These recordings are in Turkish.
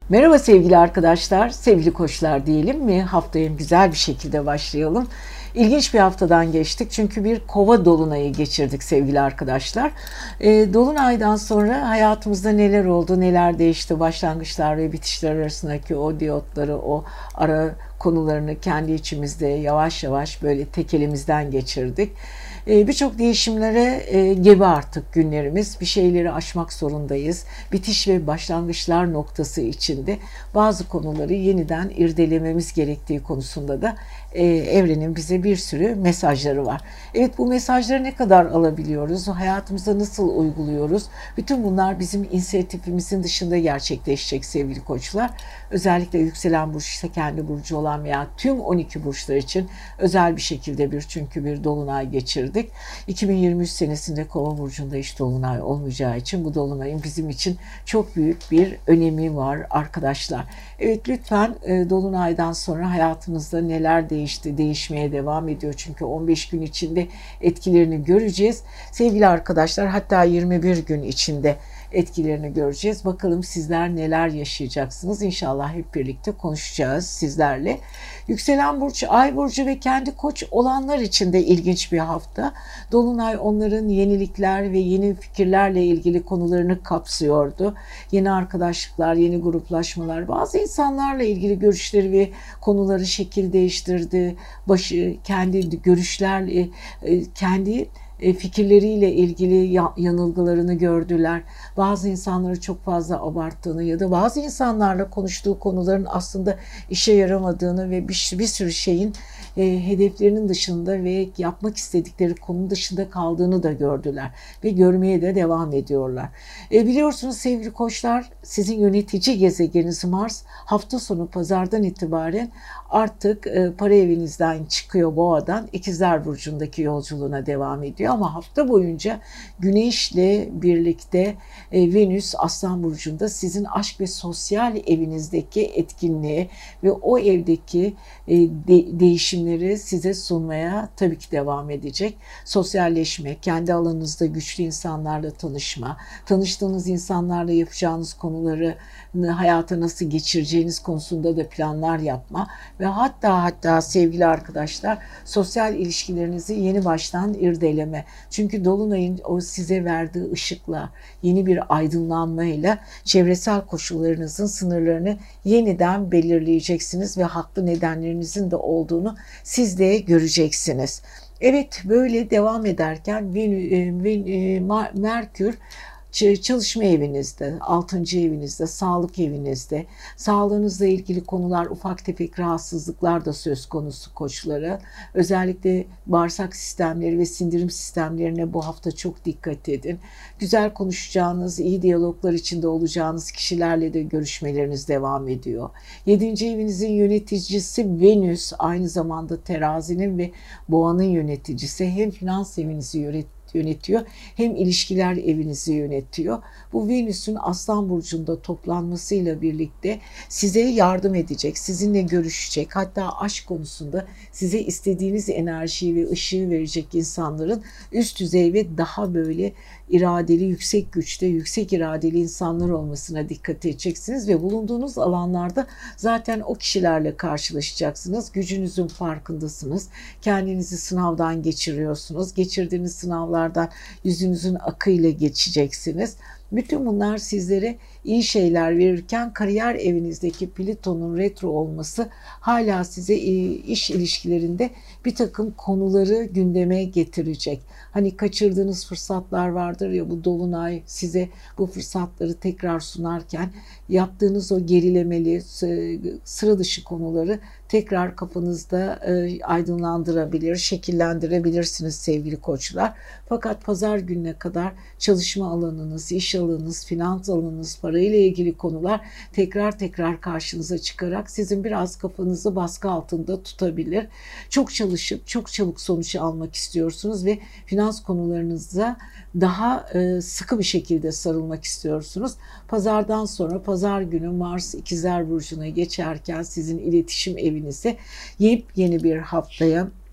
Merhaba sevgili arkadaşlar, sevgili koçlar diyelim mi? Haftaya güzel bir şekilde başlayalım. İlginç bir haftadan geçtik çünkü bir kova dolunayı geçirdik sevgili arkadaşlar. Dolunaydan sonra hayatımızda neler oldu, neler değişti, başlangıçlar ve bitişler arasındaki o diyotları, o ara konularını kendi içimizde yavaş yavaş böyle tek elimizden geçirdik. Birçok değişimlere gebe artık günlerimiz. Bir şeyleri aşmak zorundayız. Bitiş ve başlangıçlar noktası içinde bazı konuları yeniden irdelememiz gerektiği konusunda da evrenin bize bir sürü mesajları var. Evet, bu mesajları ne kadar alabiliyoruz? Hayatımıza nasıl uyguluyoruz? Bütün bunlar bizim inisiyatifimizin dışında gerçekleşecek sevgili koçlar. Özellikle yükselen burç, işte kendi burcu olan veya tüm 12 burçlar için özel bir şekilde çünkü bir dolunay geçirdik. 2023 senesinde Kova burcunda hiç dolunay olmayacağı için bu dolunayın bizim için çok büyük bir önemi var arkadaşlar. Evet, lütfen dolunaydan sonra hayatımızda neler değişti, değişmeye devam ediyor. Çünkü 15 gün içinde etkilerini göreceğiz. Sevgili arkadaşlar, hatta 21 gün içinde etkilerini göreceğiz. Bakalım sizler neler yaşayacaksınız. İnşallah hep birlikte konuşacağız sizlerle. Yükselen burç, ay burcu ve kendi koç olanlar için de ilginç bir hafta. Dolunay onların yenilikler ve yeni fikirlerle ilgili konularını kapsıyordu. Yeni arkadaşlıklar, yeni gruplaşmalar, bazı insanlarla ilgili görüşleri ve konuları şekil değiştirdi. Kendi görüşlerle, kendi fikirleriyle ilgili yanılgılarını gördüler. Bazı insanları çok fazla abarttığını ya da bazı insanlarla konuştuğu konuların aslında işe yaramadığını ve bir sürü şeyin hedeflerinin dışında ve yapmak istedikleri konunun dışında kaldığını da gördüler ve görmeye de devam ediyorlar. Biliyorsunuz sevgili koçlar, sizin yönetici gezegeniniz Mars hafta sonu pazardan itibaren artık para evinizden çıkıyor, Boğa'dan İkizler Burcu'ndaki yolculuğuna devam ediyor. Ama hafta boyunca Güneş'le birlikte Venüs Aslan Burcu'nda sizin aşk ve sosyal evinizdeki etkinliğe ve o evdeki değişimleri size sunmaya tabii ki devam edecek. Sosyalleşme, kendi alanınızda güçlü insanlarla tanışma, tanıştığınız insanlarla yapacağınız konuları hayata nasıl geçireceğiniz konusunda da planlar yapma ve hatta sevgili arkadaşlar, sosyal ilişkilerinizi yeni baştan irdeleme. Çünkü dolunayın o size verdiği ışıkla, yeni bir aydınlanmayla çevresel koşullarınızın sınırlarını yeniden belirleyeceksiniz ve haklı nedenlerinizin de olduğunu siz de göreceksiniz. Evet, böyle devam ederken Merkür çalışma evinizde, 6. evinizde, sağlık evinizde, sağlığınızla ilgili konular, ufak tefek rahatsızlıklar da söz konusu koçlara. Özellikle bağırsak sistemleri ve sindirim sistemlerine bu hafta çok dikkat edin. Güzel konuşacağınız, iyi diyaloglar içinde olacağınız kişilerle de görüşmeleriniz devam ediyor. 7. evinizin yöneticisi Venüs, aynı zamanda terazinin ve boğanın yöneticisi, hem finans evinizi yönetiyor hem ilişkiler evinizi yönetiyor. Bu Venüs'ün Aslan Burcu'nda toplanmasıyla birlikte size yardım edecek, sizinle görüşecek, hatta aşk konusunda size istediğiniz enerjiyi ve ışığı verecek insanların üst düzey ve daha böyle iradeli, yüksek güçte, yüksek iradeli insanlar olmasına dikkat edeceksiniz ve bulunduğunuz alanlarda zaten o kişilerle karşılaşacaksınız. Gücünüzün farkındasınız. Kendinizi sınavdan geçiriyorsunuz. Geçirdiğiniz sınavlardan yüzünüzün akıyla geçeceksiniz. Bütün bunlar sizlere iyi şeyler verirken kariyer evinizdeki Plüton'un retro olması hala size iş ilişkilerinde bir takım konuları gündeme getirecek. Hani kaçırdığınız fırsatlar vardır ya, bu dolunay size bu fırsatları tekrar sunarken yaptığınız o gerilemeli, sıra dışı konuları tekrar kafanızda aydınlandırabilir, şekillendirebilirsiniz sevgili koçlar. Fakat pazar gününe kadar çalışma alanınız, iş alanınız, finans alanınız, parayla ilgili konular tekrar karşınıza çıkarak sizin biraz kafanızı baskı altında tutabilir. Çok çalışıp çok çabuk sonuç almak istiyorsunuz ve finans konularınıza daha sıkı bir şekilde sarılmak istiyorsunuz. Pazardan sonra, pazar günü Mars İkizler Burcu'na geçerken sizin iletişim evinize yepyeni bir haftaya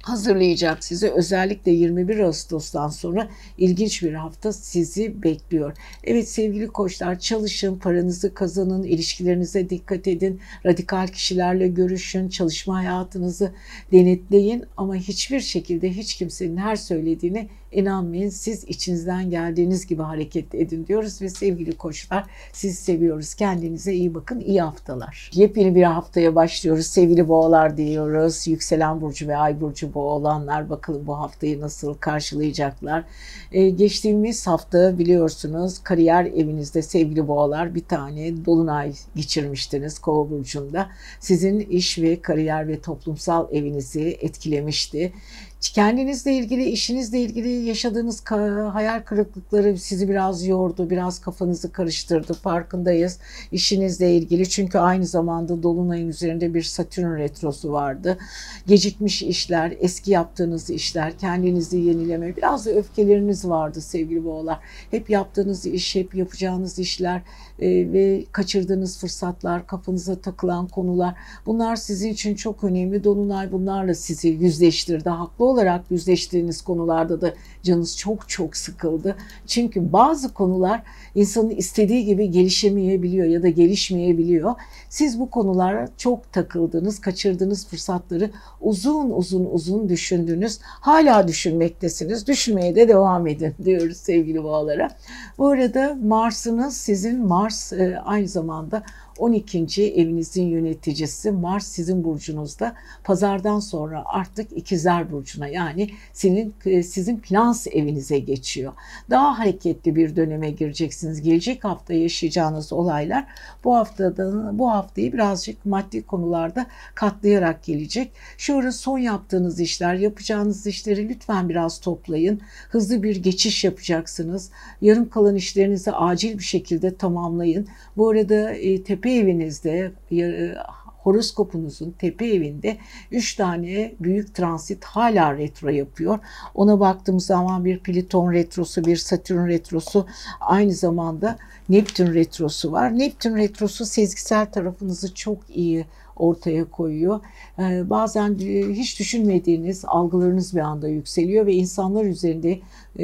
hazırlayacak sizi. Özellikle 21 Ağustos'tan sonra ilginç bir hafta sizi bekliyor. Evet sevgili koçlar, çalışın, paranızı kazanın, ilişkilerinize dikkat edin, radikal kişilerle görüşün, çalışma hayatınızı denetleyin ama hiçbir şekilde hiç kimsenin her söylediğine inanmayın. Siz içinizden geldiğiniz gibi hareket edin diyoruz ve sevgili koçlar, sizi seviyoruz. Kendinize iyi bakın. İyi haftalar. Yepyeni bir haftaya başlıyoruz. Sevgili boğalar diyoruz. Yükselen burcu ve ay burcu boğa olanlar bakalım bu haftayı nasıl karşılayacaklar. Geçtiğimiz hafta biliyorsunuz kariyer evinizde sevgili boğalar bir tane dolunay geçirmiştiniz Kova burcunda. Sizin iş ve kariyer ve toplumsal evinizi etkilemişti. Kendinizle ilgili, işinizle ilgili yaşadığınız hayal kırıklıkları sizi biraz yordu, biraz kafanızı karıştırdı, farkındayız. İşinizle ilgili çünkü aynı zamanda Dolunay'ın üzerinde bir Satürn retrosu vardı. Gecikmiş işler, eski yaptığınız işler, kendinizi yenileme, biraz da öfkeleriniz vardı sevgili boğalar. Hep yaptığınız iş, hep yapacağınız işler ve kaçırdığınız fırsatlar, kafanıza takılan konular. Bunlar sizin için çok önemli. Dolunay bunlarla sizi yüzleştirdi. Haklı olarak yüzleştiğiniz konularda da canınız çok çok sıkıldı. Çünkü bazı konular insanın istediği gibi gelişemeyebiliyor ya da gelişmeyebiliyor. Siz bu konulara çok takıldınız, kaçırdığınız fırsatları uzun düşündünüz. Hala düşünmektesiniz. Düşünmeye de devam edin diyoruz sevgili boğalara. Bu arada Mars'ınız sizin aynı zamanda 12. evinizin yöneticisi. Mars sizin burcunuzda. Pazardan sonra artık İkizler burcuna, yani sizin finans evinize geçiyor. Daha hareketli bir döneme gireceksiniz. Gelecek hafta yaşayacağınız olaylar bu haftayı birazcık maddi konularda katlayarak gelecek. Şu ara son yaptığınız işler, yapacağınız işleri lütfen biraz toplayın. Hızlı bir geçiş yapacaksınız. Yarım kalan işlerinizi acil bir şekilde tamamlayın. Bu arada tepe evinizde, horoskopunuzun tepe evinde 3 tane büyük transit hala retro yapıyor. Ona baktığımız zaman bir Plüton retrosu, bir Satürn retrosu, aynı zamanda Neptün retrosu var. Neptün retrosu sezgisel tarafınızı çok iyi ortaya koyuyor. Bazen hiç düşünmediğiniz algılarınız bir anda yükseliyor ve insanlar üzerinde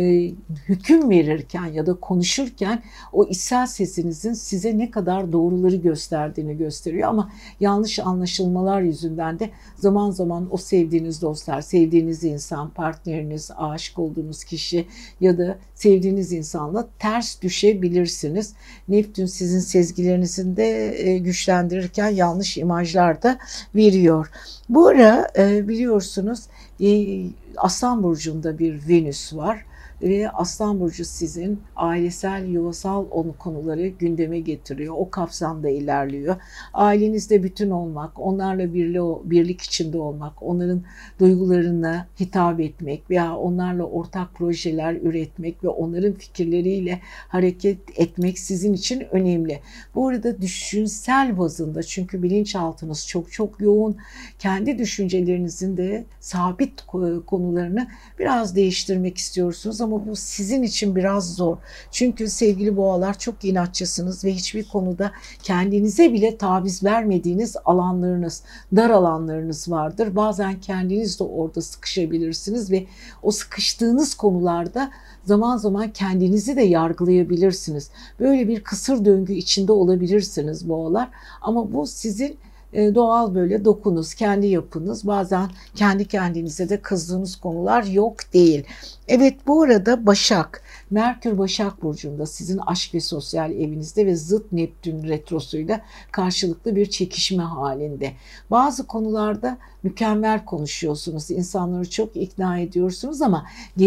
hüküm verirken ya da konuşurken o içsel sesinizin size ne kadar doğruları gösterdiğini gösteriyor. Ama yanlış anlaşılmalar yüzünden de zaman zaman o sevdiğiniz dostlar, sevdiğiniz insan, partneriniz, aşık olduğunuz kişi ya da sevdiğiniz insanla ters düşebilirsiniz. Neptün sizin sezgilerinizin de güçlendirirken yanlış imajlar da veriyor. Bu ara biliyorsunuz Aslan burcunda bir Venüs var. Ve Aslan burcu sizin ailesel, yuvasal konuları gündeme getiriyor. O kapsamda ilerliyor. Ailenizde bütün olmak, onlarla birlik içinde olmak, onların duygularına hitap etmek veya onlarla ortak projeler üretmek ve onların fikirleriyle hareket etmek sizin için önemli. Bu arada düşünsel bazında, çünkü bilinçaltınız çok çok yoğun, kendi düşüncelerinizin de sabit konularını biraz değiştirmek istiyorsunuz ama bu sizin için biraz zor. Çünkü sevgili boğalar çok inatçısınız ve hiçbir konuda kendinize bile taviz vermediğiniz alanlarınız, dar alanlarınız vardır. Bazen kendiniz de orada sıkışabilirsiniz ve o sıkıştığınız konularda zaman zaman kendinizi de yargılayabilirsiniz. Böyle bir kısır döngü içinde olabilirsiniz boğalar. Ama bu sizin doğal böyle dokunuz, kendi yapınız. Bazen kendi kendinize de kızdığınız konular yok değil. Evet, bu arada Başak, Merkür Başak burcunda sizin aşk ve sosyal evinizde ve zıt Neptün retrosuyla karşılıklı bir çekişme halinde. Bazı konularda mükemmel konuşuyorsunuz, insanları çok ikna ediyorsunuz ama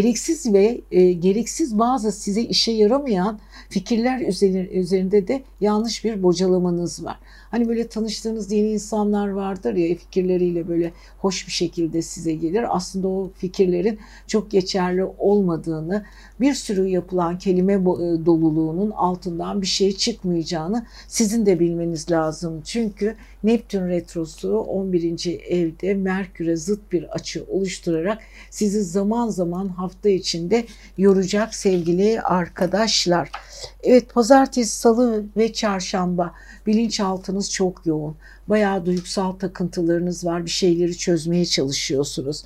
gereksiz bazı size işe yaramayan fikirler üzerinde de yanlış bir bocalamanız var. Hani böyle tanıştığınız yeni insanlar vardır ya, fikirleriyle böyle hoş bir şekilde size gelir. Aslında o fikirlerin çok geçerli olmadığını, bir sürü yapılan kelime doluluğunun altından bir şey çıkmayacağını sizin de bilmeniz lazım. Çünkü Neptün retrosu 11. evde Merkür'e zıt bir açı oluşturarak sizi zaman zaman hafta içinde yoracak sevgili arkadaşlar. Evet, pazartesi, salı ve çarşamba bilinçaltınız çok yoğun. Bayağı duygusal takıntılarınız var. Bir şeyleri çözmeye çalışıyorsunuz.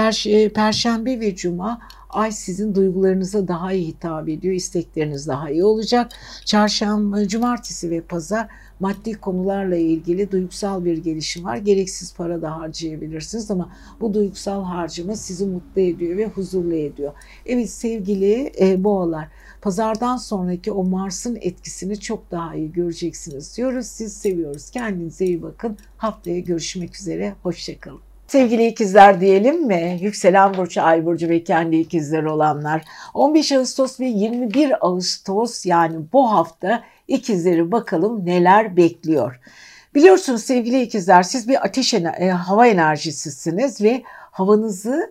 Perşembe ve cuma ay sizin duygularınıza daha iyi hitap ediyor. İstekleriniz daha iyi olacak. Çarşamba, cumartesi ve pazar maddi konularla ilgili duygusal bir gelişim var. Gereksiz para da harcayabilirsiniz ama bu duygusal harcama sizi mutlu ediyor ve huzurlu ediyor. Evet sevgili boğalar, pazardan sonraki o Mars'ın etkisini çok daha iyi göreceksiniz diyoruz. Siz seviyoruz. Kendinize iyi bakın. Haftaya görüşmek üzere. Hoşçakalın. Sevgili ikizler diyelim mi? Yükselen burcu, ay burcu ve kendi ikizler olanlar. 15 Ağustos ve 21 Ağustos yani bu hafta ikizleri bakalım neler bekliyor. Biliyorsunuz sevgili ikizler, siz bir hava enerjisisiniz ve havanızı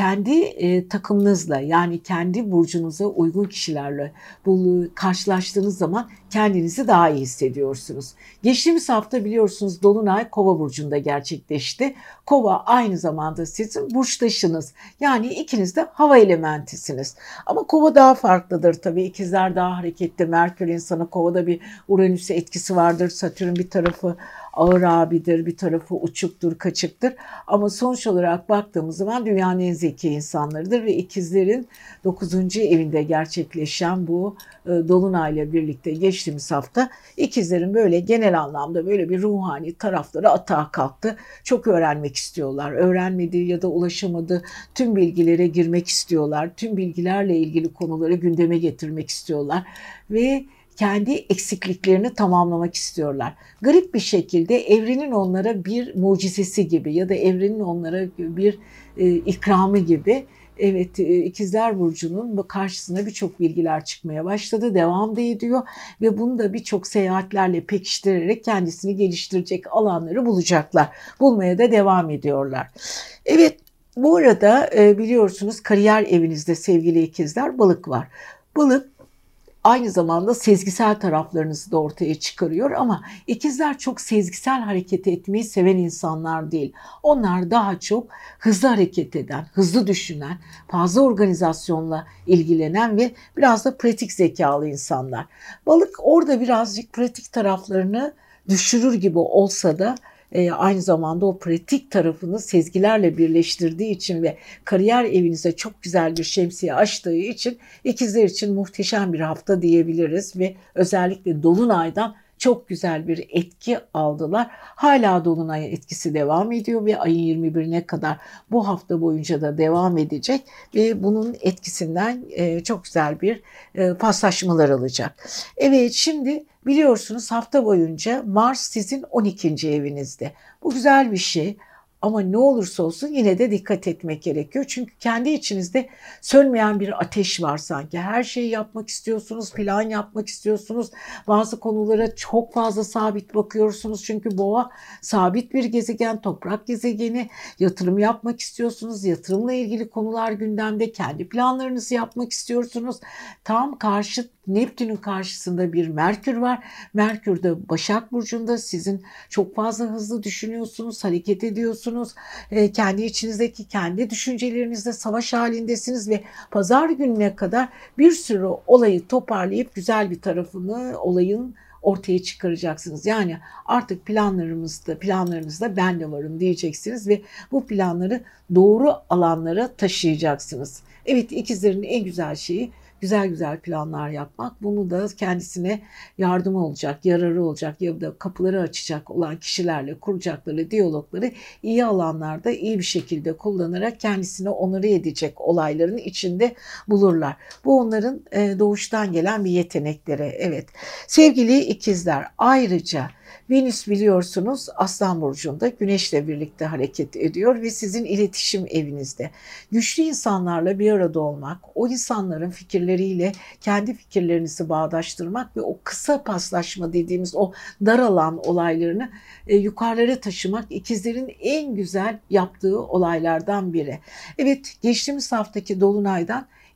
kendi takımınızla, yani kendi burcunuza uygun kişilerle karşılaştığınız zaman kendinizi daha iyi hissediyorsunuz. Geçtiğimiz hafta biliyorsunuz Dolunay Kova burcunda gerçekleşti. Kova aynı zamanda sizin burçtaşınız. Yani ikiniz de hava elementisiniz. Ama Kova daha farklıdır tabii. İkizler daha hareketli. Merkür insanı, Kova'da bir Uranüs'e etkisi vardır. Satürn bir tarafı ağır abidir, bir tarafı uçuktur, kaçıktır. Ama sonuç olarak baktığımız zaman dünyanın en zeki insanlarıdır ve ikizlerin 9. evinde gerçekleşen bu dolunayla birlikte geçtiğimiz hafta ikizlerin böyle genel anlamda böyle bir ruhani tarafları atağa kalktı. Çok öğrenmek istiyorlar. Öğrenmediği ya da ulaşamadığı tüm bilgilere girmek istiyorlar. Tüm bilgilerle ilgili konuları gündeme getirmek istiyorlar ve kendi eksikliklerini tamamlamak istiyorlar. Garip bir şekilde evrenin onlara bir mucizesi gibi ya da evrenin onlara bir ikramı gibi. Evet, İkizler Burcu'nun karşısına birçok bilgiler çıkmaya başladı, devam da ediyor ve bunu da birçok seyahatlerle pekiştirerek kendisini geliştirecek alanları bulacaklar. Bulmaya da devam ediyorlar. Evet, bu arada biliyorsunuz kariyer evinizde sevgili ikizler balık var. Balık aynı zamanda sezgisel taraflarınızı da ortaya çıkarıyor ama ikizler çok sezgisel hareket etmeyi seven insanlar değil. Onlar daha çok hızlı hareket eden, hızlı düşünen, fazla organizasyonla ilgilenen ve biraz da pratik zekalı insanlar. Balık orada birazcık pratik taraflarını düşürür gibi olsa da aynı zamanda o pratik tarafını sezgilerle birleştirdiği için ve kariyer evinize çok güzel bir şemsiye açtığı için ikizler için muhteşem bir hafta diyebiliriz ve özellikle Dolunay'dan çok güzel bir etki aldılar. Hala Dolunay etkisi devam ediyor ve ayın 21'ine kadar bu hafta boyunca da devam edecek ve bunun etkisinden çok güzel bir paslaşmalar alacak. Evet, şimdi biliyorsunuz hafta boyunca Mars sizin 12. evinizde. Bu güzel bir şey. Ama ne olursa olsun yine de dikkat etmek gerekiyor. Çünkü kendi içinizde sönmeyen bir ateş var sanki. Her şeyi yapmak istiyorsunuz, plan yapmak istiyorsunuz. Bazı konulara çok fazla sabit bakıyorsunuz. Çünkü boğa sabit bir gezegen, toprak gezegeni. Yatırım yapmak istiyorsunuz. Yatırımla ilgili konular gündemde. Kendi planlarınızı yapmak istiyorsunuz. Tam karşıt Neptün'ün karşısında bir Merkür var. Merkür de Başak Burcu'nda, sizin çok fazla hızlı düşünüyorsunuz, hareket ediyorsunuz. Kendi içinizdeki kendi düşüncelerinizle savaş halindesiniz ve pazar gününe kadar bir sürü olayı toparlayıp güzel bir tarafını olayın ortaya çıkaracaksınız. Yani artık planlarınızda ben de varım diyeceksiniz ve bu planları doğru alanlara taşıyacaksınız. Evet, ikizlerin en güzel şeyi güzel güzel planlar yapmak. Bunu da kendisine yardımı olacak, yararı olacak ya da kapıları açacak olan kişilerle kuracakları diyalogları iyi alanlarda iyi bir şekilde kullanarak kendisine onore edecek olayların içinde bulurlar. Bu onların doğuştan gelen bir yetenekleri. Evet. Sevgili ikizler, ayrıca Venüs biliyorsunuz Aslan Burcu'nda Güneş'le birlikte hareket ediyor ve sizin iletişim evinizde. Güçlü insanlarla bir arada olmak, o insanların fikirleriyle kendi fikirlerinizi bağdaştırmak ve o kısa paslaşma dediğimiz o dar alan olaylarını yukarılara taşımak ikizlerin en güzel yaptığı olaylardan biri. Evet, geçtiğimiz haftaki Dolunay'dan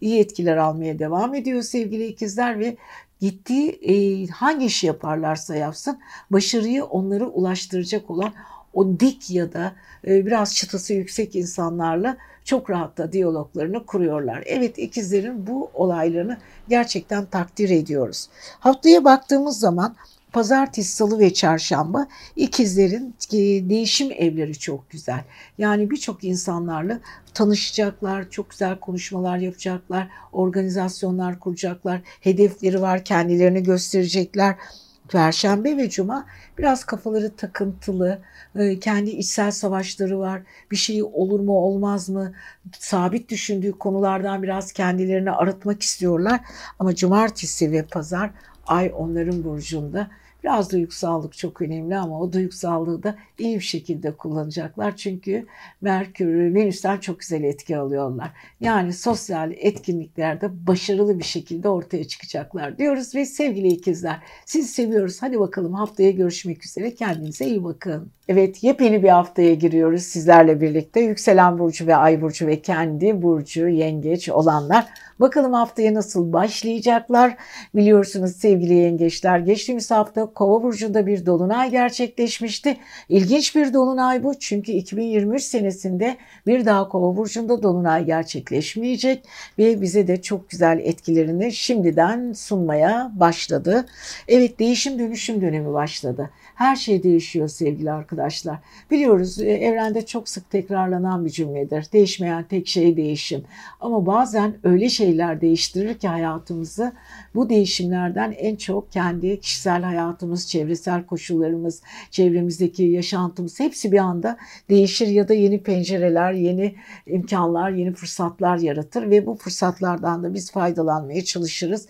iyi etkiler almaya devam ediyor sevgili ikizler ve gittiği hangi işi yaparlarsa yapsın başarıyı onları ulaştıracak olan o dik ya da biraz çıtası yüksek insanlarla çok rahat da diyaloglarını kuruyorlar. Evet, ikizlerin bu olaylarını gerçekten takdir ediyoruz. Haftaya baktığımız zaman pazartesi, salı ve çarşamba ikizlerin değişim evleri çok güzel. Yani birçok insanlarla tanışacaklar, çok güzel konuşmalar yapacaklar, organizasyonlar kuracaklar, hedefleri var, kendilerini gösterecekler. Perşembe ve Cuma biraz kafaları takıntılı, kendi içsel savaşları var. Bir şey olur mu olmaz mı? Sabit düşündüğü konulardan biraz kendilerini arıtmak istiyorlar. Ama Cumartesi ve Pazar Ay onların burcunda. Biraz duygusallık çok önemli ama o duygusallığı da iyi bir şekilde kullanacaklar. Çünkü Merkür, Venüs'ten çok güzel etki alıyorlar. Yani sosyal etkinliklerde başarılı bir şekilde ortaya çıkacaklar diyoruz ve sevgili ikizler sizi seviyoruz. Hadi bakalım haftaya görüşmek üzere. Kendinize iyi bakın. Evet, yepyeni bir haftaya giriyoruz sizlerle birlikte. Yükselen burcu ve ay burcu ve kendi burcu yengeç olanlar. Bakalım haftaya nasıl başlayacaklar? Biliyorsunuz sevgili yengeçler, geçtiğimiz hafta Kova burcunda bir dolunay gerçekleşmişti. İlginç bir dolunay bu çünkü 2023 senesinde bir daha Kova burcunda dolunay gerçekleşmeyecek ve bize de çok güzel etkilerini şimdiden sunmaya başladı. Evet, değişim dönüşüm dönemi başladı. Her şey değişiyor sevgili arkadaşlar. Biliyoruz evrende çok sık tekrarlanan bir cümledir. Değişmeyen tek şey değişim. Ama bazen öyle şeyler değiştirir ki hayatımızı, bu değişimlerden en çok kendi kişisel hayatımız, çevresel koşullarımız, çevremizdeki yaşantımız hepsi bir anda değişir ya da yeni pencereler, yeni imkanlar, yeni fırsatlar yaratır ve bu fırsatlardan da biz faydalanmaya çalışırız.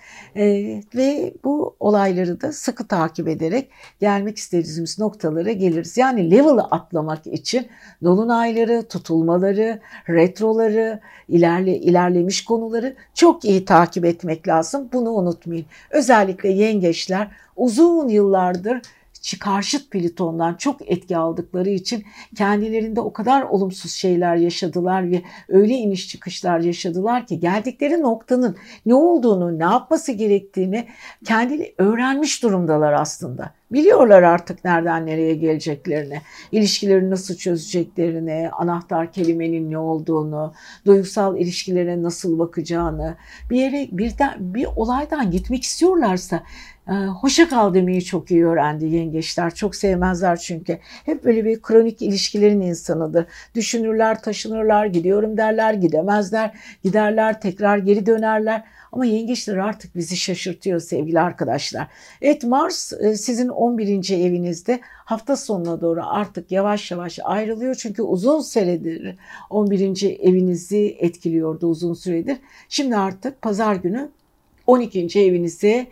Ve bu olayları da sıkı takip ederek gelmek istediğimiz noktalara geliriz. Yani level'ı atlamak için dolunayları, tutulmaları, retroları, ilerlemiş konuları çok iyi takip etmek lazım. Bunu unutmayın. Özellikle yengeçler uzun yıllardır karşıt Plüton'dan çok etki aldıkları için kendilerinde o kadar olumsuz şeyler yaşadılar ve öyle iniş çıkışlar yaşadılar ki geldikleri noktanın ne olduğunu, ne yapması gerektiğini kendi öğrenmiş durumdalar aslında. Biliyorlar artık nereden nereye geleceklerini, ilişkileri nasıl çözeceklerini, anahtar kelimenin ne olduğunu, duygusal ilişkilere nasıl bakacağını, bir yere bir olaydan gitmek istiyorlarsa hoşça kal demeyi çok iyi öğrendi yengeçler. Çok sevmezler çünkü. Hep böyle bir kronik ilişkilerin insanıdır. Düşünürler, taşınırlar, gidiyorum derler, gidemezler, giderler, tekrar geri dönerler. Ama yengeçler artık bizi şaşırtıyor sevgili arkadaşlar. Evet, Mars sizin 11. evinizde hafta sonuna doğru artık yavaş yavaş ayrılıyor. Çünkü uzun süredir 11. evinizi etkiliyordu uzun süredir. Şimdi artık pazar günü 12. evinize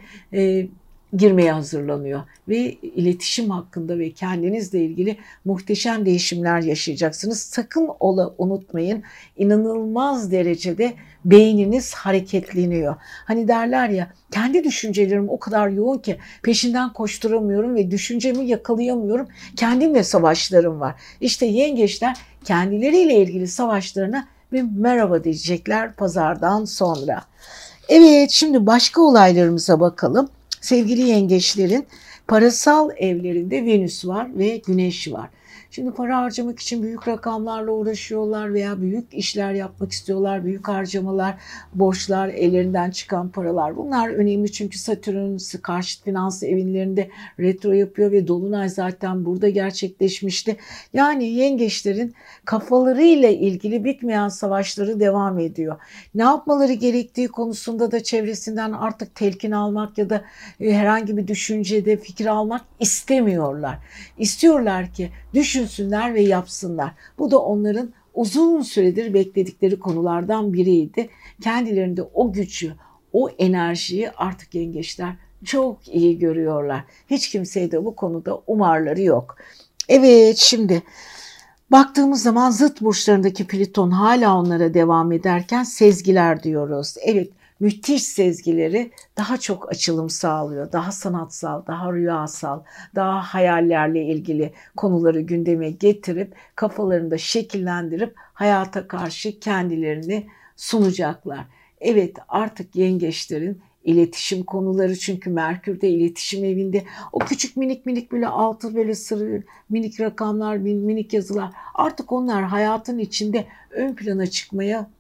girmeye hazırlanıyor ve iletişim hakkında ve kendinizle ilgili muhteşem değişimler yaşayacaksınız. Sakın ola unutmayın, inanılmaz derecede beyniniz hareketleniyor. Hani derler ya, kendi düşüncelerim o kadar yoğun ki peşinden koşturamıyorum ve düşüncemi yakalayamıyorum. Kendimle savaşlarım var. İşte yengeçler kendileriyle ilgili savaşlarına bir merhaba diyecekler pazardan sonra. Evet, şimdi başka olaylarımıza bakalım. Sevgili yengeçlerin parasal evlerinde Venüs var ve Güneş var. Şimdi para harcamak için büyük rakamlarla uğraşıyorlar veya büyük işler yapmak istiyorlar. Büyük harcamalar, borçlar, ellerinden çıkan paralar. Bunlar önemli çünkü Satürn karşıt finans evlerinde retro yapıyor ve dolunay zaten burada gerçekleşmişti. Yani yengeçlerin kafalarıyla ilgili bitmeyen savaşları devam ediyor. Ne yapmaları gerektiği konusunda da çevresinden artık telkin almak ya da herhangi bir düşüncede fikir almak istemiyorlar. İstiyorlar ki düşünsünler ve yapsınlar. Bu da onların uzun süredir bekledikleri konulardan biriydi. Kendilerinde o gücü, o enerjiyi artık yengeçler çok iyi görüyorlar. Hiç kimseye de bu konuda umarları yok. Evet, şimdi baktığımız zaman zıt burçlarındaki Plüton hala onlara devam ederken sezgiler diyoruz. Evet, müthiş sezgileri daha çok açılım sağlıyor. Daha sanatsal, daha rüyasal, daha hayallerle ilgili konuları gündeme getirip kafalarında şekillendirip hayata karşı kendilerini sunacaklar. Evet, artık yengeçlerin iletişim konuları, çünkü Merkür de iletişim evinde. O küçük minik minik böyle altı böyle sırrı minik rakamlar, minik yazılar, artık onlar hayatın içinde ön plana çıkmaya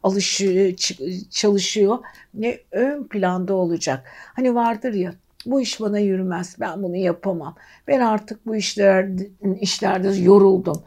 çalışıyor ve ön planda olacak. Hani vardır ya, bu iş bana yürümez, ben bunu yapamam, ben artık bu işlerde yoruldum.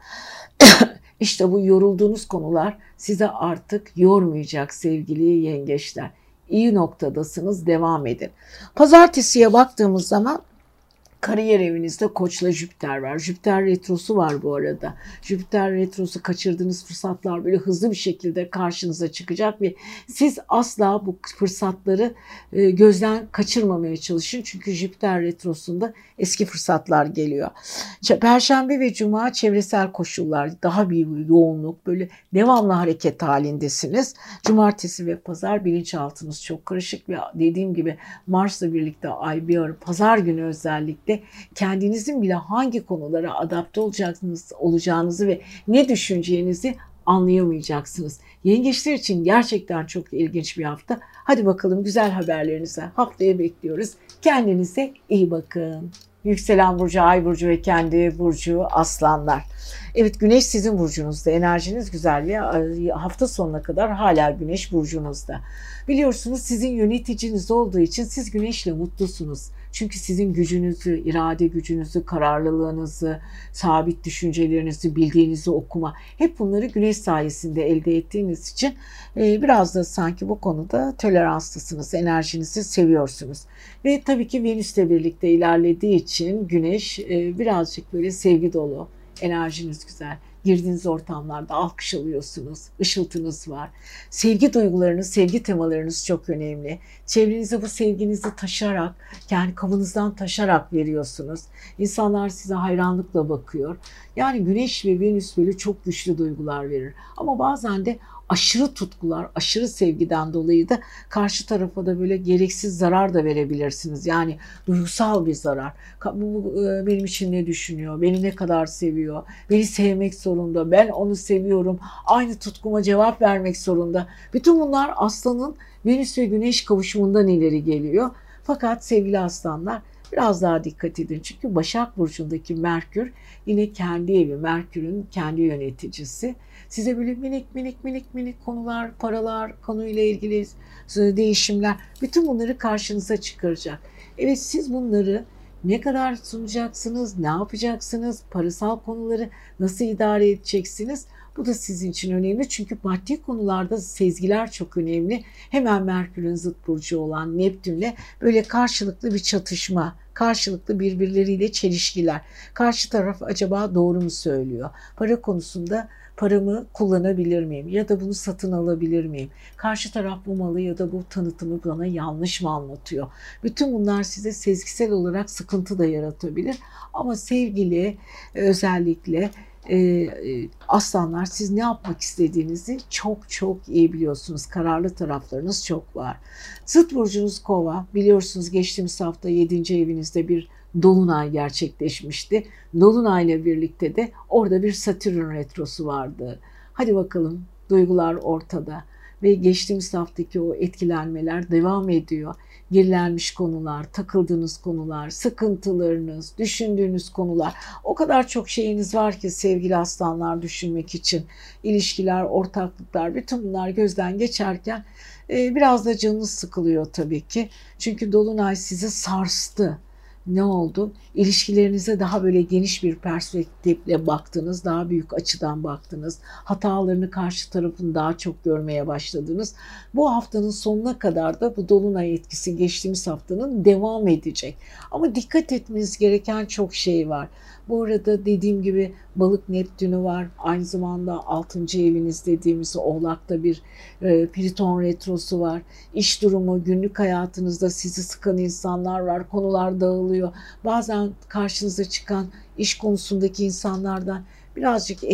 İşte bu yorulduğunuz konular size artık yormayacak sevgili yengeçler. İyi noktadasınız, devam edin. Pazartesiye baktığımız zaman kariyer evinizde Koç'la Jüpiter var. Jüpiter retrosu var bu arada. Jüpiter retrosu, kaçırdığınız fırsatlar böyle hızlı bir şekilde karşınıza çıkacak ve siz asla bu fırsatları gözden kaçırmamaya çalışın. Çünkü Jüpiter retrosunda eski fırsatlar geliyor. Perşembe ve Cuma çevresel koşullar, daha bir yoğunluk, böyle devamlı hareket halindesiniz. Cumartesi ve Pazar bilinçaltınız çok karışık ve dediğim gibi Mars'la birlikte Ay bir ara, Pazar günü özellikle kendinizin bile hangi konulara adapte olacağınızı ve ne düşüneceğinizi anlayamayacaksınız. Yengeçler için gerçekten çok ilginç bir hafta. Hadi bakalım güzel haberlerinize haftaya bekliyoruz. Kendinize iyi bakın. Yükselen burcu, ay burcu ve kendi burcu aslanlar. Evet, Güneş sizin burcunuzda. Enerjiniz güzel ve hafta sonuna kadar hala Güneş burcunuzda. Biliyorsunuz, sizin yöneticiniz olduğu için siz Güneş'le mutlusunuz. Çünkü sizin gücünüzü, irade gücünüzü, kararlılığınızı, sabit düşüncelerinizi, bildiğinizi okuma, hep bunları Güneş sayesinde elde ettiğiniz için biraz da sanki bu konuda toleranslısınız, enerjinizi seviyorsunuz. Ve tabii ki Venüs'le birlikte ilerlediği için Güneş birazcık böyle sevgi dolu, enerjiniz güzel. Girdiğiniz ortamlarda alkış alıyorsunuz, ışıltınız var. Sevgi duygularınız, sevgi temalarınız çok önemli. Çevrenize bu sevginizi taşırarak, yani kabınızdan taşarak veriyorsunuz. İnsanlar size hayranlıkla bakıyor. Yani Güneş ve Venüs böyle çok güçlü duygular verir. Ama bazen de aşırı tutkular, aşırı sevgiden dolayı da karşı tarafa da böyle gereksiz zarar da verebilirsiniz. Yani duygusal bir zarar. Bu benim için ne düşünüyor, beni ne kadar seviyor, beni sevmek zorunda, ben onu seviyorum, aynı tutkuma cevap vermek zorunda. Bütün bunlar Aslan'ın Venüs ve Güneş kavuşumundan ileri geliyor. Fakat sevgili aslanlar, biraz daha dikkat edin. Çünkü Başak Burcu'ndaki Merkür yine kendi evi, Merkür'ün kendi yöneticisi. Size böyle minik konular, paralar, konuyla ilgili değişimler, bütün bunları karşınıza çıkaracak. Evet, siz bunları ne kadar sunacaksınız, ne yapacaksınız, parasal konuları nasıl idare edeceksiniz? Bu da sizin için önemli, çünkü maddi konularda sezgiler çok önemli. Hemen Merkür'ün zıt burcu olan Neptün'le böyle karşılıklı bir çatışma, karşılıklı birbirleriyle çelişkiler. Karşı taraf acaba doğru mu söylüyor? Para konusunda paramı kullanabilir miyim? Ya da bunu satın alabilir miyim? Karşı taraf bu malı ya da bu tanıtımı bana yanlış mı anlatıyor? Bütün bunlar size sezgisel olarak sıkıntı da yaratabilir. Ama sevgili, özellikle aslanlar, siz ne yapmak istediğinizi çok çok iyi biliyorsunuz. Kararlı taraflarınız çok var. Zıt burcunuz Kova. Biliyorsunuz, geçtiğimiz hafta 7. evinizde bir dolunay gerçekleşmişti. Dolunayla birlikte de orada bir Satürn retrosu vardı. Hadi bakalım, duygular ortada ve geçtiğimiz haftaki o etkilenmeler devam ediyor. Gerilenmiş konular, takıldığınız konular, sıkıntılarınız, düşündüğünüz konular. O kadar çok şeyiniz var ki sevgili aslanlar, düşünmek için. İlişkiler, ortaklıklar, bütün bunlar gözden geçerken biraz da canınız sıkılıyor tabii ki. Çünkü dolunay sizi sarstı. Ne oldu? İlişkilerinize daha böyle geniş bir perspektifle baktınız, daha büyük açıdan baktınız. Hatalarını karşı tarafın daha çok görmeye başladınız. Bu haftanın sonuna kadar da bu dolunay etkisi geçtiğimiz haftanın devam edecek. Ama dikkat etmeniz gereken çok şey var. Bu arada dediğim gibi Balık Neptünü var. Aynı zamanda 6. eviniz dediğimiz Oğlak'ta bir Pliton retrosu var. İş durumu, günlük hayatınızda sizi sıkan insanlar var. Konular dağılıyor. Bazen karşınıza çıkan iş konusundaki insanlardan birazcık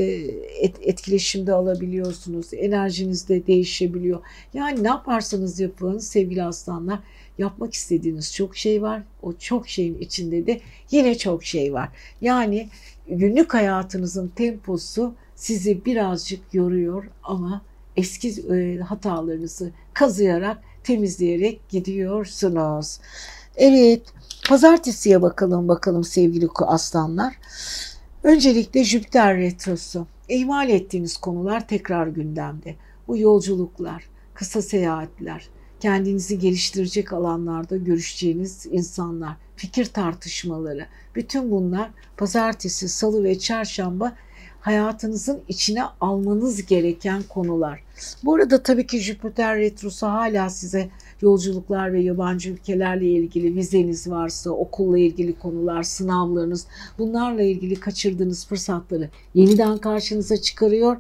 etkileşimde alabiliyorsunuz. Enerjiniz de değişebiliyor. Yani ne yaparsanız yapın sevgili aslanlar, yapmak istediğiniz çok şey var. O çok şeyin içinde de yine çok şey var. Yani günlük hayatınızın temposu sizi birazcık yoruyor ama eski hatalarınızı kazıyarak, temizleyerek gidiyorsunuz. Evet, pazartesiye bakalım sevgili aslanlar. Öncelikle Jüpiter retrosu. İhmal ettiğiniz konular tekrar gündemde. Bu yolculuklar, kısa seyahatler, kendinizi geliştirecek alanlarda görüşeceğiniz insanlar, fikir tartışmaları, bütün bunlar pazartesi, salı ve çarşamba hayatınızın içine almanız gereken konular. Bu arada tabii ki Jüpiter retrosu hala size yolculuklar ve yabancı ülkelerle ilgili vizeniz varsa, okulla ilgili konular, sınavlarınız, bunlarla ilgili kaçırdığınız fırsatları yeniden karşınıza çıkarıyor.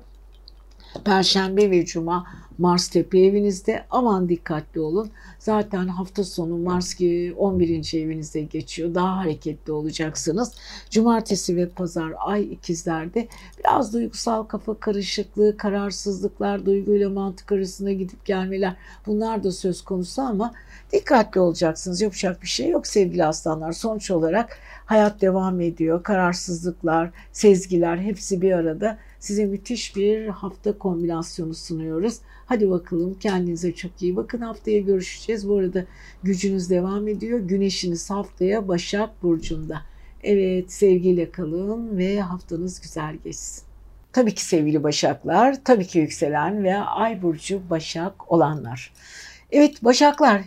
Perşembe ve Cuma Mars Tepe evinizde, aman dikkatli olun. Zaten hafta sonu Mars 11. evinizde geçiyor. Daha hareketli olacaksınız. Cumartesi ve Pazar Ay ikizlerde biraz duygusal kafa karışıklığı, kararsızlıklar, duyguyla mantık arasında gidip gelmeler, bunlar da söz konusu ama dikkatli olacaksınız. Yapacak bir şey yok sevgili aslanlar. Sonuç olarak hayat devam ediyor. Kararsızlıklar, sezgiler hepsi bir arada. Size müthiş bir hafta kombinasyonu sunuyoruz. Hadi bakalım, kendinize çok iyi bakın. Haftaya görüşeceğiz. Bu arada gücünüz devam ediyor. Güneşiniz haftaya Başak Burcu'nda. Evet, sevgiyle kalın ve haftanız güzel geçsin. Tabii ki sevgili Başaklar, tabii ki yükselen ve Ay Burcu Başak olanlar. Evet Başaklar,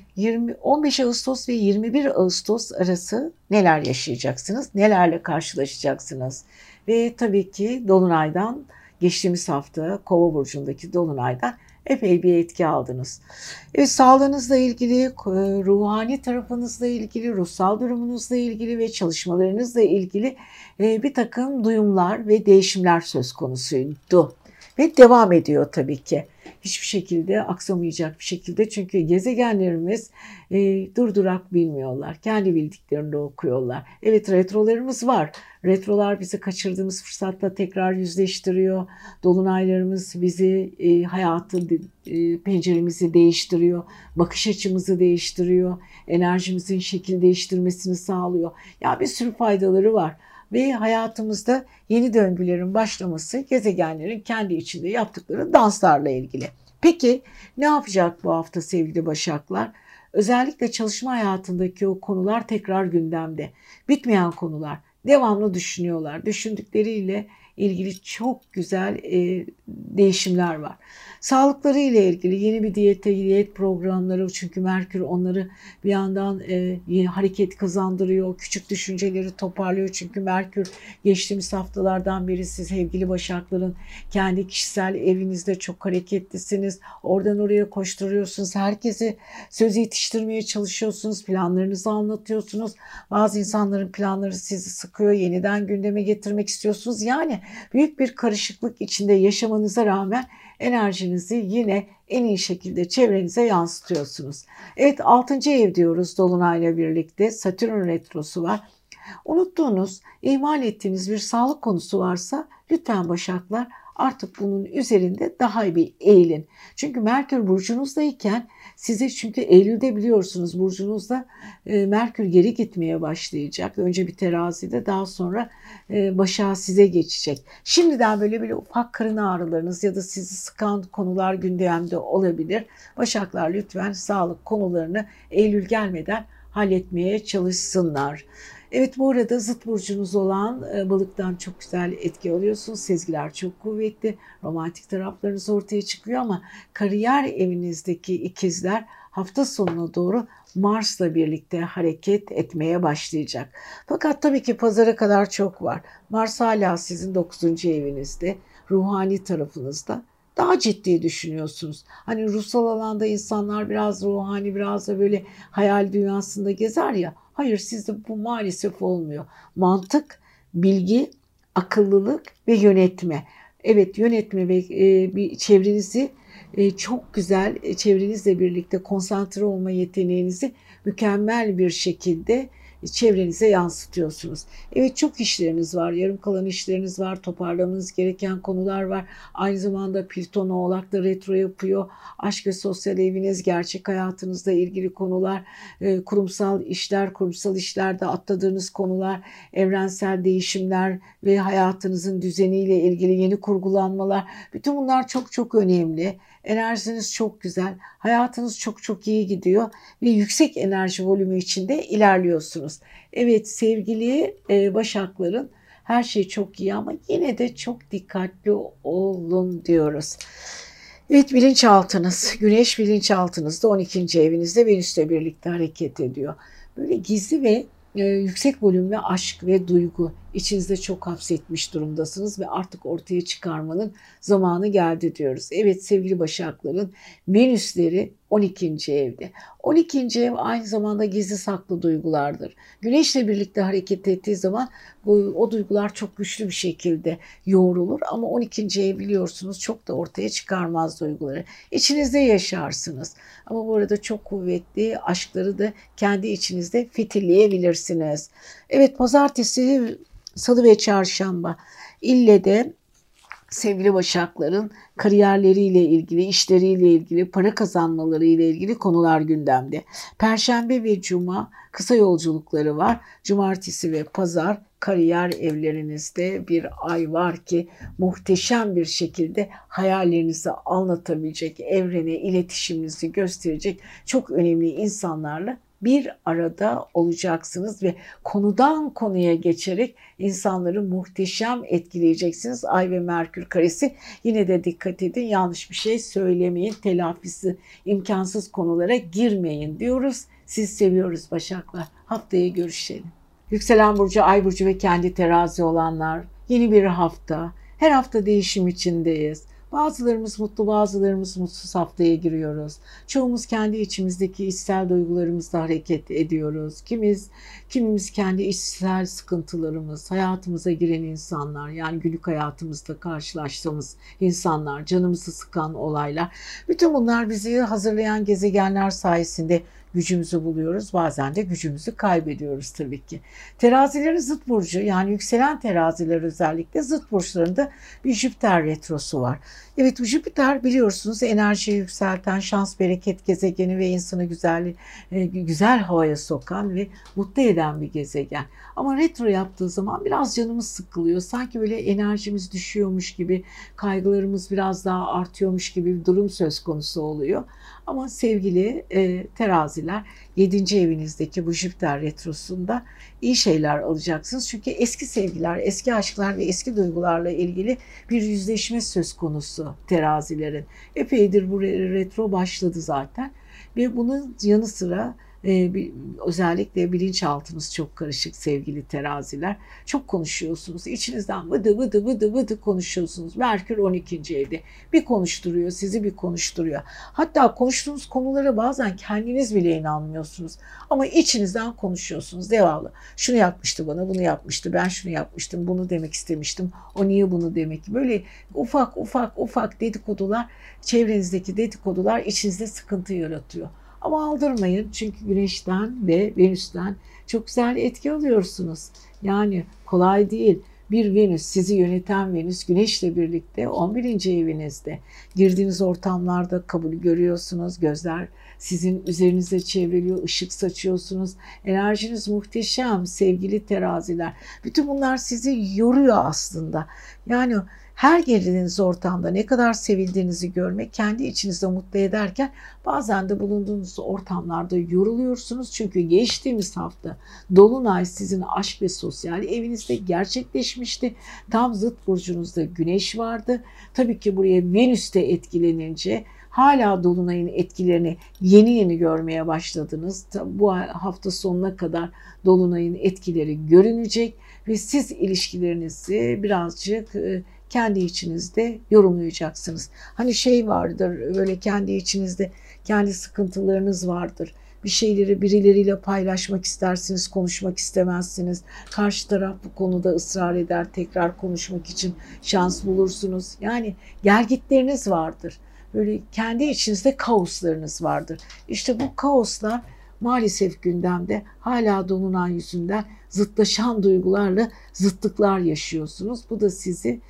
15 Ağustos ve 21 Ağustos arası neler yaşayacaksınız, nelerle karşılaşacaksınız? Ve tabii ki Dolunay'dan, geçtiğimiz hafta Kova burcundaki Dolunay'dan epey bir etki aldınız. Evet, sağlığınızla ilgili, ruhani tarafınızla ilgili, ruhsal durumunuzla ilgili ve çalışmalarınızla ilgili bir takım duyumlar ve değişimler söz konusuydu. Ve devam ediyor tabii ki. Hiçbir şekilde aksamayacak bir şekilde, çünkü gezegenlerimiz durdurak bilmiyorlar. Kendi bildiklerini okuyorlar. Evet, retrolarımız var. Retrolar bizi kaçırdığımız fırsatla tekrar yüzleştiriyor. Dolunaylarımız bizi hayatı penceremizi değiştiriyor. Bakış açımızı değiştiriyor. Enerjimizin şekil değiştirmesini sağlıyor. Ya bir sürü faydaları var. Ve hayatımızda yeni döngülerin başlaması gezegenlerin kendi içinde yaptıkları danslarla ilgili. Peki ne yapacak bu hafta sevgili Başaklar? Özellikle çalışma hayatındaki o konular tekrar gündemde. Bitmeyen konular. Devamlı düşünüyorlar. Düşündükleriyle ilgili çok güzel değişimler var. Sağlıkları ile ilgili yeni bir diyet programları, çünkü Merkür onları bir yandan hareket kazandırıyor. Küçük düşünceleri toparlıyor, çünkü Merkür geçtiğimiz haftalardan beri siz sevgili Başakların kendi kişisel evinizde çok hareketlisiniz. Oradan oraya koşturuyorsunuz. Herkesi söz yetiştirmeye çalışıyorsunuz. Planlarınızı anlatıyorsunuz. Bazı insanların planları sizi sıkıyor. Yeniden gündeme getirmek istiyorsunuz. Yani büyük bir karışıklık içinde yaşamanıza rağmen enerjinizi yine en iyi şekilde çevrenize yansıtıyorsunuz. Evet, 6. ev diyoruz Dolunay'la birlikte. Satürn retrosu var. Unuttuğunuz, ihmal ettiğiniz bir sağlık konusu varsa lütfen Başaklar artık bunun üzerinde daha bir eğilin. Çünkü Merkür burcunuzdayken size, çünkü Eylül'de biliyorsunuz burcunuzda Merkür geri gitmeye başlayacak. Önce bir terazide, daha sonra Başak'a size geçecek. Şimdiden böyle ufak karın ağrılarınız ya da sizi sıkan konular gündemde olabilir. Başaklar lütfen sağlık konularını Eylül gelmeden halletmeye çalışsınlar. Evet, bu arada zıt burcunuz olan balıktan çok güzel etki alıyorsunuz. Sezgiler çok kuvvetli. Romantik taraflarınız ortaya çıkıyor ama kariyer evinizdeki ikizler hafta sonuna doğru Mars'la birlikte hareket etmeye başlayacak. Fakat tabii ki pazara kadar çok var. Mars hala sizin 9. evinizde, ruhani tarafınızda. Daha ciddi düşünüyorsunuz. Hani ruhsal alanda insanlar biraz ruhani, biraz da böyle hayal dünyasında gezer ya. Hayır, sizde bu maalesef olmuyor. Mantık, bilgi, akıllılık ve yönetme. Evet, yönetme ve bir çevrenizi çok güzel, çevrenizle birlikte konsantre olma yeteneğinizi mükemmel bir şekilde çevrenize yansıtıyorsunuz. Evet, çok işleriniz var, yarım kalan işleriniz var, toparlamanız gereken konular var. Aynı zamanda Plüton Oğlak'ta retro yapıyor. Aşk ve sosyal eviniz, gerçek hayatınızla ilgili konular, kurumsal işler, kurumsal işlerde atladığınız konular, evrensel değişimler ve hayatınızın düzeniyle ilgili yeni kurgulanmalar. Bütün bunlar çok çok önemli. Enerjiniz çok güzel, hayatınız çok çok iyi gidiyor ve yüksek enerji volümü içinde ilerliyorsunuz. Evet sevgili Başakların, her şey çok iyi ama yine de çok dikkatli olun diyoruz. Evet, bilinçaltınız, Güneş bilinçaltınızda 12. evinizde Venüs'le birlikte hareket ediyor. Böyle gizli ve yüksek volümlü aşk ve duygu içinizde çok hapsetmiş durumdasınız ve artık ortaya çıkarmanın zamanı geldi diyoruz. Evet sevgili Başakların, Venüsleri 12. evde. 12. ev aynı zamanda gizli saklı duygulardır. Güneşle birlikte hareket ettiği zaman o duygular çok güçlü bir şekilde yoğrulur ama 12. ev biliyorsunuz çok da ortaya çıkarmaz duyguları. İçinizde yaşarsınız ama bu arada çok kuvvetli aşkları da kendi içinizde fitilleyebilirsiniz. Evet, pazartesi, salı ve çarşamba ille de sevgili Başakların kariyerleriyle ilgili, işleriyle ilgili, para kazanmalarıyla ilgili konular gündemde. Perşembe ve cuma kısa yolculukları var. Cumartesi ve pazar kariyer evlerinizde bir ay var ki muhteşem bir şekilde hayallerinizi anlatabilecek, evrene iletişiminizi gösterecek çok önemli insanlarla bir arada olacaksınız ve konudan konuya geçerek insanları muhteşem etkileyeceksiniz. Ay ve Merkür karesi, yine de dikkat edin, yanlış bir şey söylemeyin, telafisi imkansız konulara girmeyin diyoruz. Siz seviyoruz Başaklar. Haftaya görüşelim. Yükselen burcu, ay burcu ve kendi terazi olanlar, yeni bir hafta. Her hafta değişim içindeyiz. Bazılarımız mutlu, bazılarımız mutsuz haftaya giriyoruz. Çoğumuz kendi içimizdeki içsel duygularımızla hareket ediyoruz. Kimimiz kendi içsel sıkıntılarımız, hayatımıza giren insanlar, yani günlük hayatımızda karşılaştığımız insanlar, canımızı sıkan olaylar. Bütün bunlar bizi hazırlayan gezegenler sayesinde gücümüzü buluyoruz. Bazen de gücümüzü kaybediyoruz tabii ki. Terazilerin zıt burcu, yani yükselen teraziler özellikle zıt burçlarında bir Jüpiter retrosu var. Evet, bu Jüpiter biliyorsunuz enerjiyi yükselten, şans, bereket gezegeni ve insanı güzel havaya sokan ve mutlu eden bir gezegen. Ama retro yaptığı zaman biraz canımız sıkılıyor. Sanki böyle enerjimiz düşüyormuş gibi, kaygılarımız biraz daha artıyormuş gibi bir durum söz konusu oluyor. Ama sevgili teraziler, 7. evinizdeki bu Jüpiter retrosunda iyi şeyler alacaksınız. Çünkü eski sevgiler, eski aşklar ve eski duygularla ilgili bir yüzleşme söz konusu terazilerin. Epeydir bu retro başladı zaten ve bunun yanı sıra özellikle bilinçaltınız çok karışık sevgili teraziler. Çok konuşuyorsunuz. İçinizden vıdı vıdı vıdı vıdı konuşuyorsunuz. Merkür 12. evde. Bir konuşturuyor, sizi bir konuşturuyor. Hatta konuştuğunuz konulara bazen kendiniz bile inanmıyorsunuz. Ama içinizden konuşuyorsunuz devamlı. Şunu yapmıştı bana, bunu yapmıştı, ben şunu yapmıştım, bunu demek istemiştim. O niye bunu demek? Böyle ufak dedikodular, çevrenizdeki dedikodular içinizde sıkıntı yaratıyor. Ama aldırmayın, çünkü Güneş'ten ve Venüs'ten çok güzel etki alıyorsunuz. Yani kolay değil. Bir Venüs, sizi yöneten Venüs, Güneş'le birlikte 11. evinizde. Girdiğiniz ortamlarda kabul görüyorsunuz. Gözler sizin üzerinize çevriliyor, ışık saçıyorsunuz. Enerjiniz muhteşem sevgili teraziler. Bütün bunlar sizi yoruyor aslında. Yani her girdiğiniz ortamda ne kadar sevildiğinizi görmek kendi içinizde mutlu ederken bazen de bulunduğunuz ortamlarda yoruluyorsunuz. Çünkü geçtiğimiz hafta Dolunay sizin aşk ve sosyal evinizde gerçekleşmişti. Tam zıt burcunuzda Güneş vardı. Tabii ki buraya Venüs de etkilenince hala Dolunay'ın etkilerini yeni görmeye başladınız. Bu hafta sonuna kadar Dolunay'ın etkileri görünecek ve siz ilişkilerinizi birazcık kendi içinizde yorumlayacaksınız. Hani şey vardır, böyle kendi içinizde kendi sıkıntılarınız vardır. Bir şeyleri birileriyle paylaşmak istersiniz, konuşmak istemezsiniz. Karşı taraf bu konuda ısrar eder, tekrar konuşmak için şans bulursunuz. Yani gelgitleriniz vardır. Böyle kendi içinizde kaoslarınız vardır. İşte bu kaoslar maalesef gündemde hala dolunay yüzünden zıtlaşan duygularla zıtlıklar yaşıyorsunuz. Bu da sizi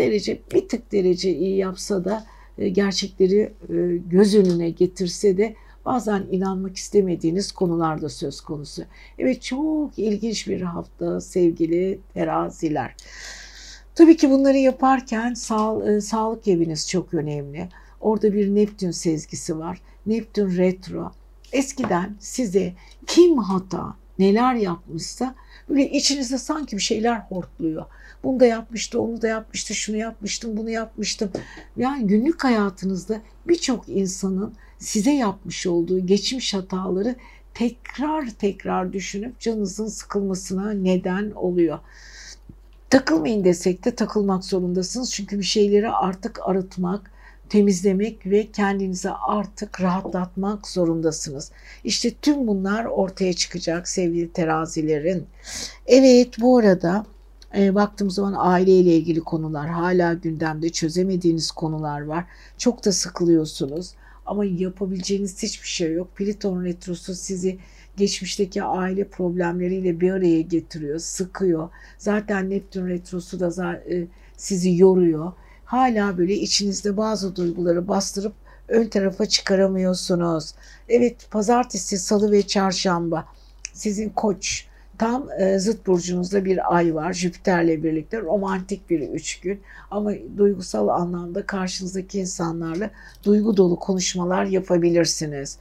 bir tık derece iyi yapsa da gerçekleri göz önüne getirse de bazen inanmak istemediğiniz konular da söz konusu. Evet, çok ilginç bir hafta sevgili teraziler. Tabii ki bunları yaparken sağlık eviniz çok önemli. Orada bir Neptün sezgisi var. Neptün retro. Eskiden size kim hata, neler yapmışsa böyle içinizde sanki bir şeyler hortluyor. Bunu da yapmıştı, onu da yapmıştı, şunu yapmıştım, bunu yapmıştım. Yani günlük hayatınızda birçok insanın size yapmış olduğu geçmiş hataları tekrar tekrar düşünüp canınızın sıkılmasına neden oluyor. Takılmayın desek de takılmak zorundasınız. Çünkü bir şeyleri artık arıtmak, temizlemek ve kendinizi artık rahatlatmak zorundasınız. İşte tüm bunlar ortaya çıkacak sevgili terazilerin. Evet, bu arada baktığımız zaman aileyle ilgili konular hala gündemde, çözemediğiniz konular var. Çok da sıkılıyorsunuz ama yapabileceğiniz hiçbir şey yok. Plüton retrosu sizi geçmişteki aile problemleriyle bir araya getiriyor, sıkıyor. Zaten Neptün retrosu da sizi yoruyor. Hala böyle içinizde bazı duyguları bastırıp ön tarafa çıkaramıyorsunuz. Evet, pazartesi, salı ve çarşamba sizin Koç, tam zıt burcunuzda bir ay var Jüpiter'le birlikte, romantik bir 3 gün ama duygusal anlamda karşınızdaki insanlarla duygu dolu konuşmalar yapabilirsiniz.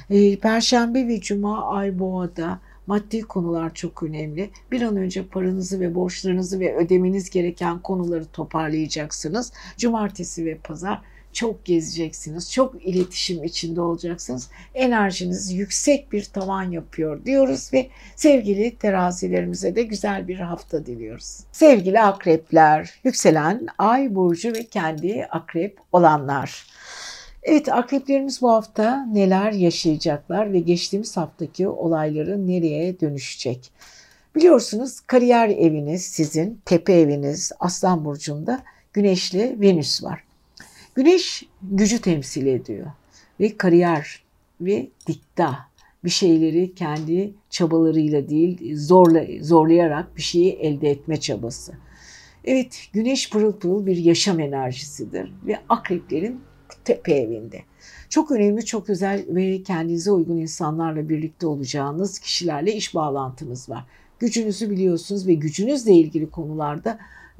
Perşembe ve Cuma ay Boğa'da, maddi konular çok önemli. Bir an önce paranızı ve borçlarınızı ve ödemeniz gereken konuları toparlayacaksınız. Cumartesi ve Pazar çok gezeceksiniz, çok iletişim içinde olacaksınız. Enerjiniz yüksek bir tavan yapıyor diyoruz ve sevgili terazilerimize de güzel bir hafta diliyoruz. Sevgili akrepler, yükselen ay burcu ve kendi akrep olanlar. Evet, akreplerimiz bu hafta neler yaşayacaklar ve geçtiğimiz haftaki olayları nereye dönüşecek? Biliyorsunuz kariyer eviniz, sizin tepe eviniz Aslan Burcu'nda Güneşli Venüs var. Güneş gücü temsil ediyor ve kariyer ve dikta, bir şeyleri kendi çabalarıyla değil zorlayarak bir şeyi elde etme çabası. Evet, Güneş pırıl pırıl bir yaşam enerjisidir ve akreplerin tepe evinde. Çok önemli, çok özel ve kendinize uygun insanlarla birlikte olacağınız kişilerle iş bağlantınız var. Gücünüzü biliyorsunuz ve gücünüzle ilgili konularda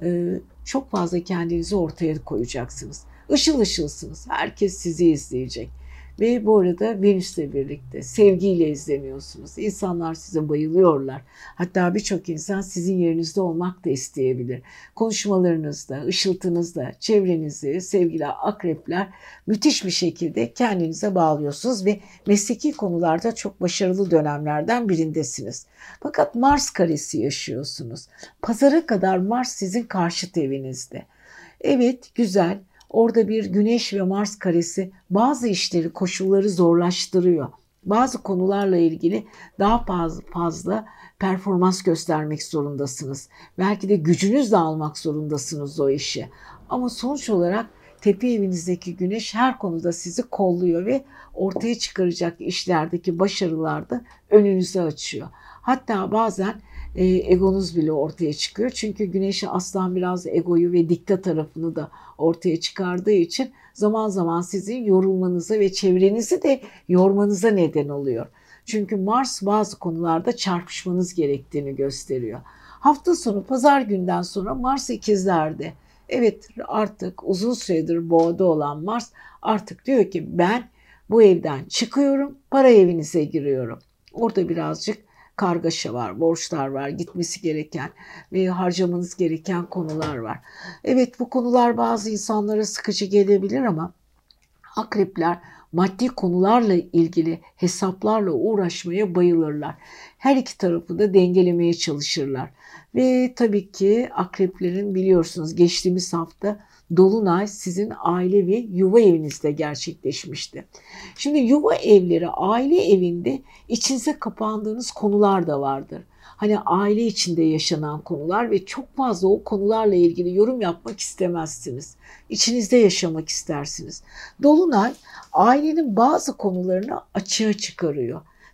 çok fazla kendinizi ortaya koyacaksınız. Işıl ışılsınız. Herkes sizi izleyecek. Ve bu arada Venüs'le birlikte sevgiyle izleniyorsunuz. İnsanlar size bayılıyorlar. Hatta birçok insan sizin yerinizde olmak da isteyebilir. Konuşmalarınızda, ışıltınızda çevrenizi sevgili akrepler müthiş bir şekilde kendinize bağlıyorsunuz ve mesleki konularda çok başarılı dönemlerden birindesiniz. Fakat Mars karesi yaşıyorsunuz. Pazara kadar Mars sizin karşıt evinizde. Evet, güzel. Orada bir Güneş ve Mars karesi bazı işleri, koşulları zorlaştırıyor. Bazı konularla ilgili daha fazla performans göstermek zorundasınız. Belki de gücünüzle almak zorundasınız o işi. Ama sonuç olarak tepe evinizdeki Güneş her konuda sizi kolluyor ve ortaya çıkaracak işlerdeki başarılar da önünüze açıyor. Hatta bazen egonuz bile ortaya çıkıyor. Çünkü Güneş'i Aslan biraz egoyu ve dikta tarafını da ortaya çıkardığı için zaman zaman sizin yorulmanıza ve çevrenizi de yormanıza neden oluyor. Çünkü Mars bazı konularda çarpışmanız gerektiğini gösteriyor. Hafta sonu pazar günden sonra Mars ikizlerde. Evet, artık uzun süredir Boğa'da olan Mars artık diyor ki ben bu evden çıkıyorum, para evinize giriyorum. Orada birazcık kargaşa var, borçlar var, gitmesi gereken ve harcamanız gereken konular var. Evet, bu konular bazı insanlara sıkıcı gelebilir ama akrepler maddi konularla ilgili hesaplarla uğraşmaya bayılırlar. Her iki tarafı da dengelemeye çalışırlar. Ve tabii ki akreplerin biliyorsunuz geçtiğimiz hafta Dolunay sizin aile ve yuva evinizde gerçekleşmişti. Şimdi yuva evleri, aile evinde içinize kapandığınız konular da vardır. Hani aile içinde yaşanan konular ve çok fazla o konularla ilgili yorum yapmak istemezsiniz. İçinizde yaşamak istersiniz. Dolunay ailenin bazı konularını açığa çıkarıyor.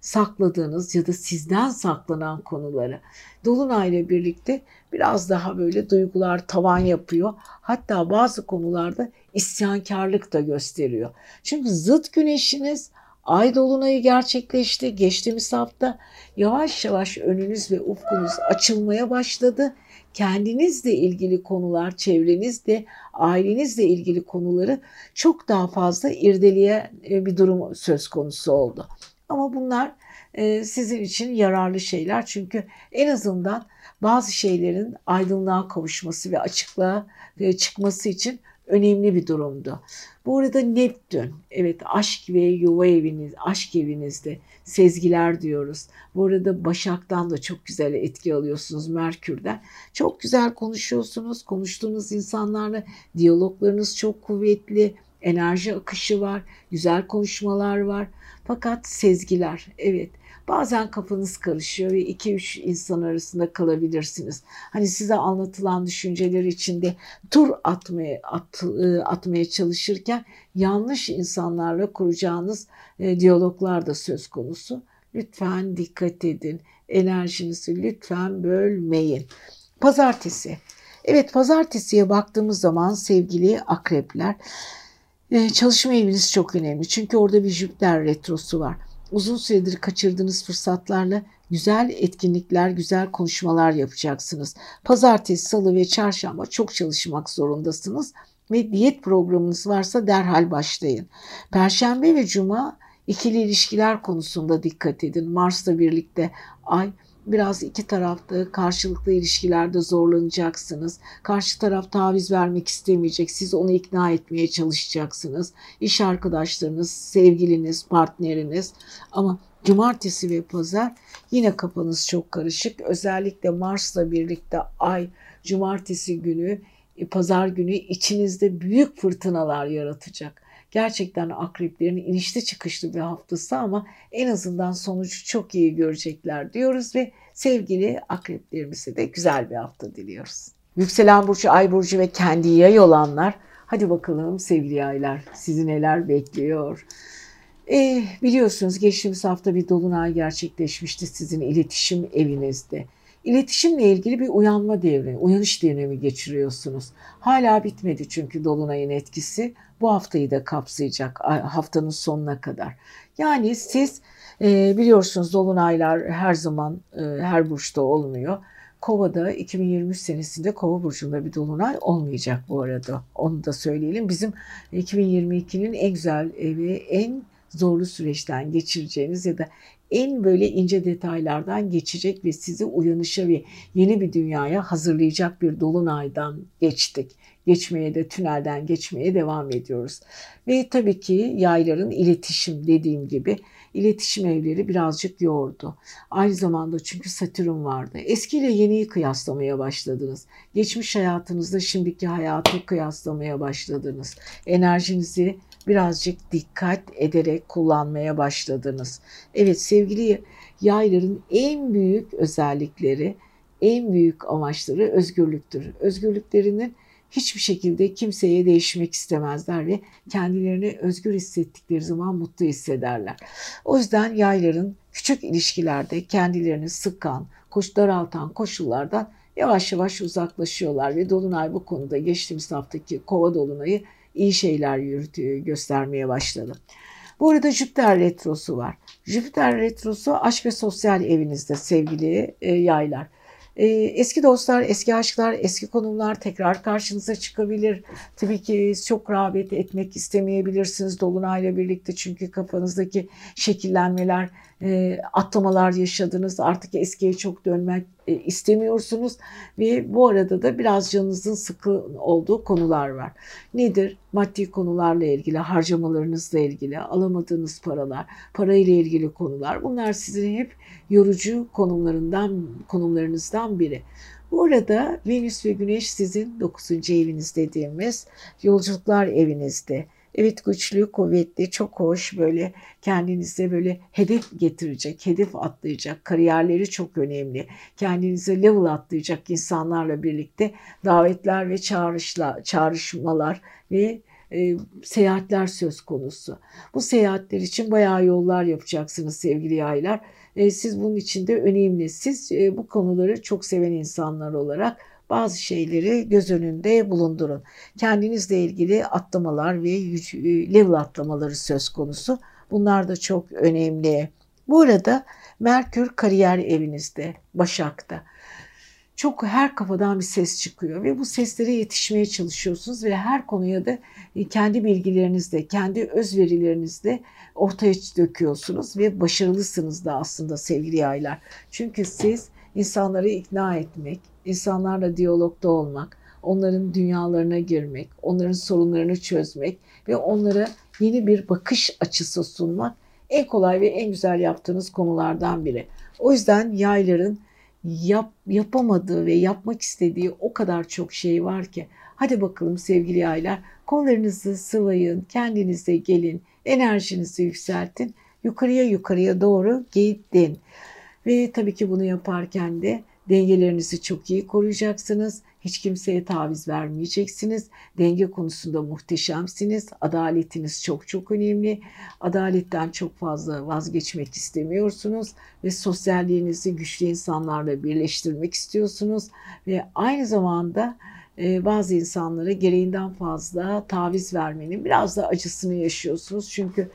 sakladığınız ya da sizden saklanan konuları dolunayla birlikte biraz daha böyle duygular tavan yapıyor. Hatta bazı konularda isyankarlık da gösteriyor. Çünkü zıt güneşiniz ay dolunayı gerçekleşti. Geçtiğimiz hafta yavaş yavaş önünüz ve ufkunuz açılmaya başladı. Kendinizle ilgili konular, çevrenizle, ailenizle ilgili konuları çok daha fazla irdeleyen bir durum söz konusu oldu. Ama bunlar sizin için yararlı şeyler. Çünkü en azından bazı şeylerin aydınlığa kavuşması ve açıklığa çıkması için önemli bir durumdu. Bu arada Neptün, evet, aşk ve yuva eviniz, aşk evinizde sezgiler diyoruz. Bu arada Başak'tan da çok güzel etki alıyorsunuz, Merkür'den. Çok güzel konuşuyorsunuz, konuştuğunuz insanlarla diyaloglarınız çok kuvvetli, enerji akışı var, güzel konuşmalar var. Fakat sezgiler, evet, bazen kafanız karışıyor ve 2-3 insan arasında kalabilirsiniz. Hani size anlatılan düşünceler içinde tur atmaya çalışırken yanlış insanlarla kuracağınız diyaloglar da söz konusu. Lütfen dikkat edin. Enerjinizi lütfen bölmeyin. Pazartesi. Evet, pazartesiye baktığımız zaman sevgili akrepler, çalışma eviniz çok önemli. Çünkü orada bir Jüpiter retrosu var. Uzun süredir kaçırdığınız fırsatlarla güzel etkinlikler, güzel konuşmalar yapacaksınız. Pazartesi, salı ve çarşamba çok çalışmak zorundasınız ve diyet programınız varsa derhal başlayın. Perşembe ve cuma ikili ilişkiler konusunda dikkat edin. Mars'la birlikte ay, biraz iki tarafta karşılıklı ilişkilerde zorlanacaksınız. Karşı taraf taviz vermek istemeyecek. Siz onu ikna etmeye çalışacaksınız. İş arkadaşlarınız, sevgiliniz, partneriniz. Ama cumartesi ve pazar yine kafanız çok karışık. Özellikle Mars'la birlikte ay cumartesi günü, pazar günü içinizde büyük fırtınalar yaratacak. Gerçekten akreplerin inişli çıkışlı bir haftası ama en azından sonucu çok iyi görecekler diyoruz ve sevgili akreplerimize de güzel bir hafta diliyoruz. Yükselen burcu, ay burcu ve kendi yay olanlar, hadi bakalım sevgili yaylar, sizi neler bekliyor? Biliyorsunuz geçtiğimiz hafta bir dolunay gerçekleşmişti sizin iletişim evinizde. İletişimle ilgili bir uyanma devri, uyanış dönemi geçiriyorsunuz. Hala bitmedi çünkü dolunayın etkisi bu haftayı da kapsayacak haftanın sonuna kadar. Yani siz biliyorsunuz dolunaylar her zaman her burçta olmuyor. Kova'da 2023 senesinde Kova burcunda bir dolunay olmayacak bu arada. Onu da söyleyelim. Bizim 2022'nin en güzel ve en zorlu süreçten geçireceğiniz ya da en böyle ince detaylardan geçecek ve sizi uyanışa ve yeni bir dünyaya hazırlayacak bir dolunaydan geçtik. Geçmeye de tünelden geçmeye devam ediyoruz. Ve tabii ki yayların iletişim, dediğim gibi iletişim evleri birazcık yordu. Aynı zamanda çünkü Satürn vardı. Eskiyle yeniyi kıyaslamaya başladınız. Geçmiş hayatınızda şimdiki hayatı kıyaslamaya başladınız. Enerjinizi birazcık dikkat ederek kullanmaya başladınız. Evet, sevgili yayların en büyük özellikleri, en büyük amaçları özgürlüktür. Özgürlüklerinin hiçbir şekilde kimseye değişmek istemezler ve kendilerini özgür hissettikleri zaman mutlu hissederler. O yüzden yayların küçük ilişkilerde kendilerini sıkan, daraltan koşullardan yavaş yavaş uzaklaşıyorlar ve dolunay bu konuda geçtiğimiz haftaki Kova dolunayı iyi şeyler göstermeye başladı. Bu arada Jüpiter retrosu var. Jüpiter retrosu aşk ve sosyal evinizde sevgili yaylar. Eski dostlar, eski aşklar, eski konular tekrar karşınıza çıkabilir. Tabii ki çok rağbet etmek istemeyebilirsiniz dolunayla birlikte çünkü kafanızdaki şekillenmeler, atlamalar yaşadınız. Artık eskiye çok dönmek istemiyorsunuz ve bu arada da biraz canınızın sıkı olduğu konular var. Nedir? Maddi konularla ilgili, harcamalarınızla ilgili, alamadığınız paralar, parayla ilgili konular. Bunlar sizin hep yorucu konumlarınızdan biri. Bu arada Venüs ve Güneş sizin 9. eviniz dediğimiz yolculuklar evinizde. Evet, güçlü, kuvvetli, çok hoş, böyle kendinize böyle hedef getirecek, hedef atlayacak, kariyerleri çok önemli. Kendinize level atlayacak insanlarla birlikte davetler ve çağrışmalar ve seyahatler söz konusu. Bu seyahatler için bayağı yollar yapacaksınız sevgili yaylar. Siz bunun için de önemli. Siz bu konuları çok seven insanlar olarak bazı şeyleri göz önünde bulundurun. Kendinizle ilgili atlamalar ve level atlamaları söz konusu. Bunlar da çok önemli. Bu arada Merkür kariyer evinizde, Başak'ta. Çok her kafadan bir ses çıkıyor ve bu seslere yetişmeye çalışıyorsunuz ve her konuya da kendi bilgilerinizle, kendi özverilerinizle ortaya döküyorsunuz ve başarılısınız da aslında sevgili yaylar. Çünkü siz insanları ikna etmek, insanlarla diyalogda olmak, onların dünyalarına girmek, onların sorunlarını çözmek ve onlara yeni bir bakış açısı sunmak en kolay ve en güzel yaptığınız konulardan biri. O yüzden yayların yapamadığı ve yapmak istediği o kadar çok şey var ki. Hadi bakalım sevgili yaylar, kollarınızı sıvayın, kendinize gelin, enerjinizi yükseltin, yukarıya doğru gidin. Ve tabii ki bunu yaparken de dengelerinizi çok iyi koruyacaksınız. Hiç kimseye taviz vermeyeceksiniz. Denge konusunda muhteşemsiniz. Adaletiniz çok çok önemli. Adaletten çok fazla vazgeçmek istemiyorsunuz ve sosyalliğinizi güçlü insanlarla birleştirmek istiyorsunuz ve aynı zamanda bazı insanlara gereğinden fazla taviz vermenin biraz da acısını yaşıyorsunuz. Çünkü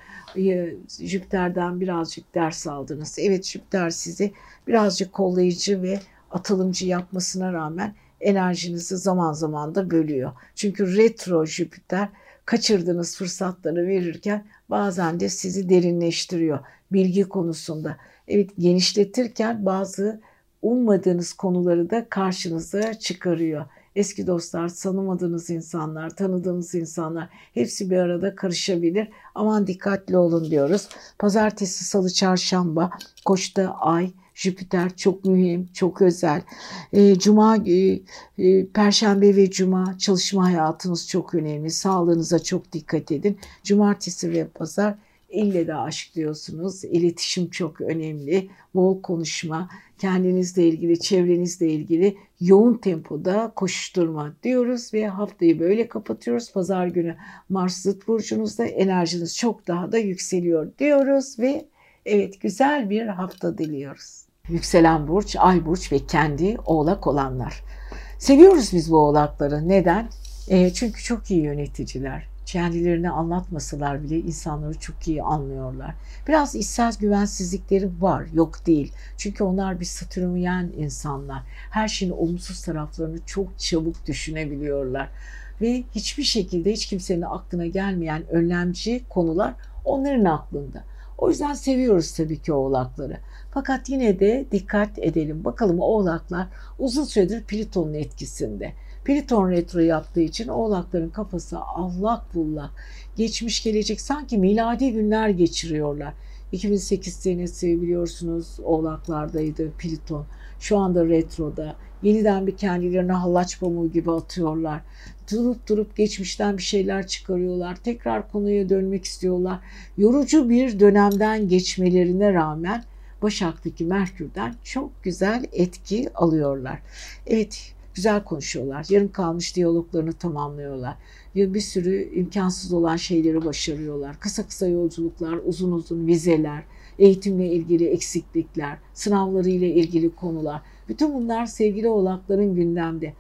Jüpiter'den birazcık ders aldınız. Evet, Jüpiter sizi birazcık kollayıcı ve atılımcı yapmasına rağmen enerjinizi zaman zaman da bölüyor. Çünkü retro Jüpiter kaçırdığınız fırsatları verirken bazen de sizi derinleştiriyor bilgi konusunda. Evet, genişletirken bazı ummadığınız konuları da karşınıza çıkarıyor. Eski dostlar, tanımadığınız insanlar, tanıdığınız insanlar hepsi bir arada karışabilir. Aman dikkatli olun diyoruz. Pazartesi, salı, çarşamba Koç'ta Ay, Jüpiter çok mühim, çok özel. Perşembe ve Cuma çalışma hayatınız çok önemli. Sağlığınıza çok dikkat edin. Cumartesi ve Pazar ille de aşk diyorsunuz. İletişim çok önemli. Bol konuşma, kendinizle ilgili, çevrenizle ilgili yoğun tempoda koşuşturma diyoruz ve haftayı böyle kapatıyoruz. Pazar günü Mars zıt burcunuzda, enerjiniz çok daha da yükseliyor diyoruz ve evet, güzel bir hafta diliyoruz. Yükselen burç, ay burç ve kendi oğlak olanlar. Seviyoruz biz bu oğlakları. Neden? Çünkü çok iyi yöneticiler. Kendilerini anlatmasalar bile insanları çok iyi anlıyorlar. Biraz içsel güvensizlikleri var, yok değil. Çünkü onlar bir satürnyen insanlar. Her şeyin olumsuz taraflarını çok çabuk düşünebiliyorlar. Ve hiçbir şekilde hiç kimsenin aklına gelmeyen önlemci konular onların aklında. O yüzden seviyoruz tabii ki oğlakları. Fakat yine de dikkat edelim. Bakalım oğlaklar uzun süredir Plüton'un etkisinde. Plüton retro yaptığı için oğlakların kafası allak bullak. Geçmiş gelecek sanki miladi günler geçiriyorlar. 2008 senesi biliyorsunuz oğlaklardaydı Plüton. Şu anda retroda. Yeniden bir kendilerine hallaç pamuğu gibi atıyorlar. Durup geçmişten bir şeyler çıkarıyorlar. Tekrar konuya dönmek istiyorlar. Yorucu bir dönemden geçmelerine rağmen Başak'taki Merkür'den çok güzel etki alıyorlar. Evet, güzel konuşuyorlar. Yarım kalmış diyaloglarını tamamlıyorlar. Bir sürü imkansız olan şeyleri başarıyorlar. Kısa yolculuklar, uzun vizeler, eğitimle ilgili eksiklikler, sınavlarıyla ilgili konular. Bütün bunlar sevgili oğlakların gündemde.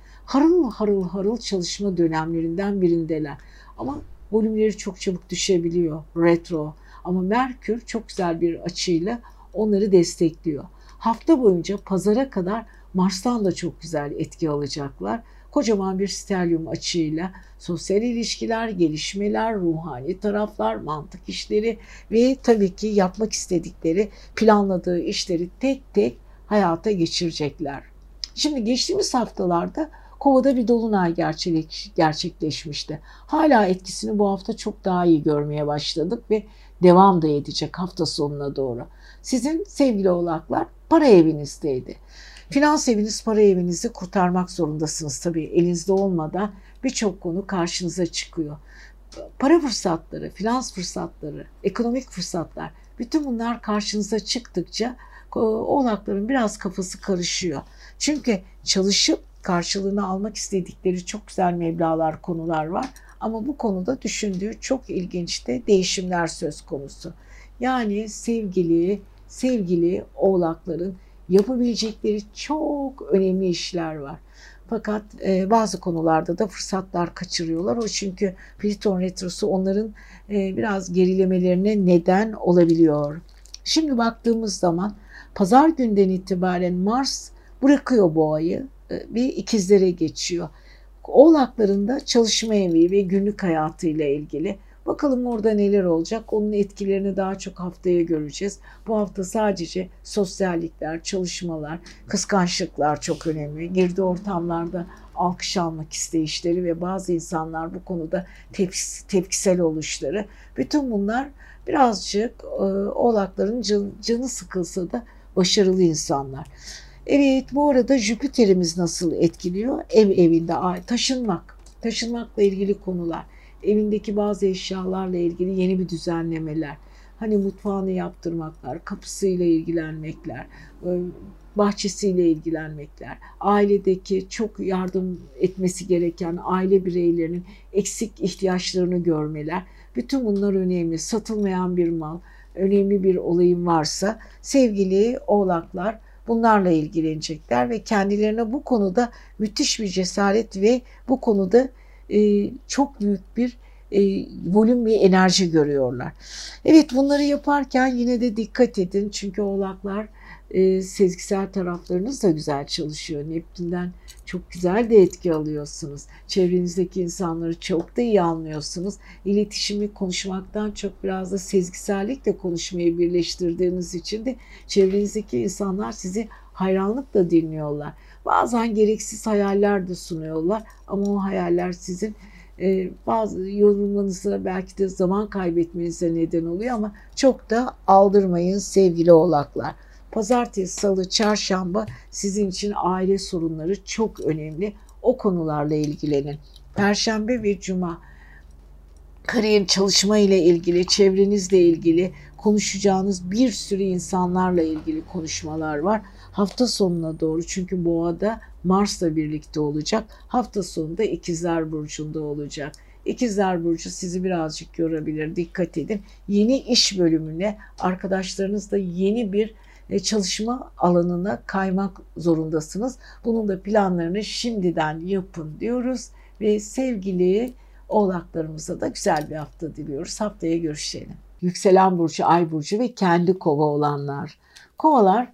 Harıl çalışma dönemlerinden birindeler. Ama volümleri çok çabuk düşebiliyor. Retro. Ama Merkür çok güzel bir açıyla onları destekliyor. Hafta boyunca pazara kadar Mars'tan da çok güzel etki alacaklar. Kocaman bir stelyum açığıyla sosyal ilişkiler, gelişmeler, ruhani taraflar, mantık işleri ve tabii ki yapmak istedikleri, planladığı işleri tek tek hayata geçirecekler. Şimdi geçtiğimiz haftalarda Kova'da bir dolunay gerçekleşmişti. Hala etkisini bu hafta çok daha iyi görmeye başladık ve devam da edecek hafta sonuna doğru. Sizin sevgili oğlaklar para evinizdeydi. Finans eviniz, para evinizi kurtarmak zorundasınız tabii. Elinizde olmadan birçok konu karşınıza çıkıyor. Para fırsatları, finans fırsatları, ekonomik fırsatlar, bütün bunlar karşınıza çıktıkça oğlakların biraz kafası karışıyor. Çünkü çalışıp karşılığını almak istedikleri çok güzel meblağlar, konular var. Ama bu konuda düşündüğü çok ilginç de değişimler söz konusu. Yani sevgili oğlakların yapabilecekleri çok önemli işler var. Fakat bazı konularda da fırsatlar kaçırıyorlar. O çünkü Plüton retrosu onların biraz gerilemelerine neden olabiliyor. Şimdi baktığımız zaman pazar günden itibaren Mars bırakıyor Boğayı ve ikizlere geçiyor. Oğlakların da çalışma emeği ve günlük hayatıyla ilgili. Bakalım orada neler olacak? Onun etkilerini daha çok haftaya göreceğiz. Bu hafta sadece sosyallikler, çalışmalar, kıskançlıklar çok önemli. Girdiği ortamlarda alkış almak isteyişleri ve bazı insanlar bu konuda tepkisel oluşları. Bütün bunlar birazcık oğlakların canı sıkılsa da başarılı insanlar. Evet, bu arada Jüpiter'imiz nasıl etkiliyor? Evinde taşınmakla ilgili konular, evindeki bazı eşyalarla ilgili yeni bir düzenlemeler, hani mutfağını yaptırmaklar, kapısıyla ilgilenmekler, bahçesiyle ilgilenmekler, ailedeki çok yardım etmesi gereken aile bireylerinin eksik ihtiyaçlarını görmeler, bütün bunlar önemli. Satılmayan bir mal, önemli bir olayın varsa sevgili oğlaklar bunlarla ilgilenecekler ve kendilerine bu konuda müthiş bir cesaret ve bu konuda çok büyük bir volüm ve enerji görüyorlar. Evet, bunları yaparken yine de dikkat edin çünkü oğlaklar sezgisel taraflarınız da güzel çalışıyor. Neptün'den çok güzel de etki alıyorsunuz. Çevrenizdeki insanları çok da iyi anlıyorsunuz. İletişimi konuşmaktan çok biraz da sezgisellikle konuşmayı birleştirdiğiniz için de çevrenizdeki insanlar sizi hayranlıkla dinliyorlar. Bazen gereksiz hayaller de sunuyorlar ama o hayaller sizin bazı yorumlarınıza belki de zaman kaybetmenize neden oluyor ama çok da aldırmayın sevgili oğlaklar. Pazartesi, salı, çarşamba sizin için aile sorunları çok önemli. O konularla ilgilenin. Perşembe ve cuma kariyer çalışma ile ilgili, çevrenizle ilgili konuşacağınız bir sürü insanlarla ilgili konuşmalar var. Hafta sonuna doğru çünkü Boğa'da Mars'la birlikte olacak. Hafta sonunda İkizler Burcu'nda olacak. İkizler Burcu sizi birazcık yorabilir. Dikkat edin. Yeni iş bölümüne arkadaşlarınızla yeni bir çalışma alanına kaymak zorundasınız. Bunun da planlarını şimdiden yapın diyoruz ve sevgili oğlaklarımıza da güzel bir hafta diliyoruz. Haftaya görüşelim. Yükselen burcu, ay burcu ve kendi kova olanlar. Kovalar,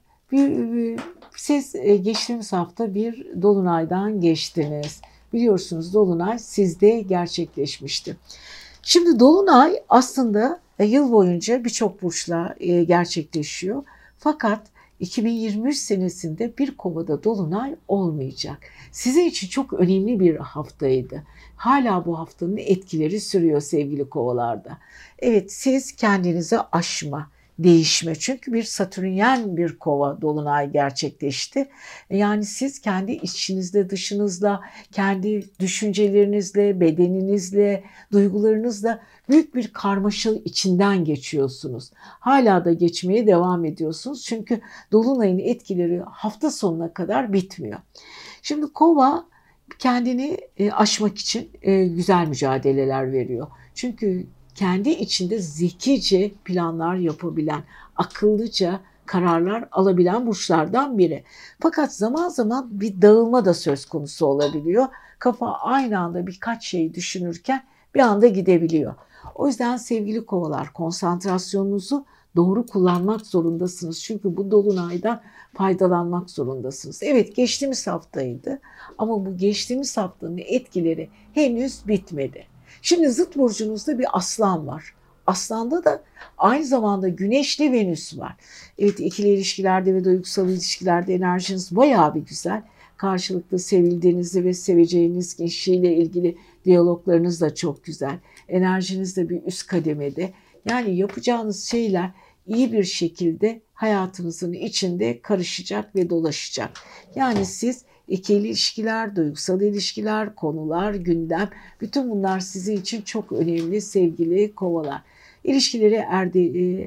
siz geçtiğimiz hafta bir dolunaydan geçtiniz. Biliyorsunuz dolunay sizde gerçekleşmişti. Şimdi dolunay aslında yıl boyunca birçok burçla gerçekleşiyor. Fakat 2023 senesinde bir kovada dolunay olmayacak. Sizin için çok önemli bir haftaydı. Hala bu haftanın etkileri sürüyor sevgili kovalarda. Evet, siz kendinizi aşma, değişme. Çünkü bir satürnyen bir kova dolunay gerçekleşti. Yani siz kendi içinizde, dışınızla, kendi düşüncelerinizle, bedeninizle, duygularınızla büyük bir karmaşa içinden geçiyorsunuz. Hala da geçmeye devam ediyorsunuz. Çünkü dolunayın etkileri hafta sonuna kadar bitmiyor. Şimdi kova kendini aşmak için güzel mücadeleler veriyor. Çünkü kendi içinde zekice planlar yapabilen, akıllıca kararlar alabilen burçlardan biri. Fakat zaman zaman bir dağılma da söz konusu olabiliyor. Kafa aynı anda birkaç şey düşünürken bir anda gidebiliyor. O yüzden sevgili kovalar, konsantrasyonunuzu doğru kullanmak zorundasınız. Çünkü bu dolunaydan faydalanmak zorundasınız. Evet, geçtiğimiz haftaydı ama bu geçtiğimiz haftanın etkileri henüz bitmedi. Şimdi zıt burcunuzda bir aslan var. Aslanda da aynı zamanda Güneşli Venüs var. Evet, ikili ilişkilerde ve duygusal ilişkilerde enerjiniz bayağı bir güzel. Karşılıklı sevildiğinizde ve seveceğiniz kişiyle ilgili diyaloglarınız da çok güzel. Enerjiniz de bir üst kademede. Yani yapacağınız şeyler iyi bir şekilde hayatınızın içinde karışacak ve dolaşacak. Yani siz ikili ilişkiler, duygusal ilişkiler, konular, gündem, bütün bunlar sizin için çok önemli sevgili kovalar. İlişkileri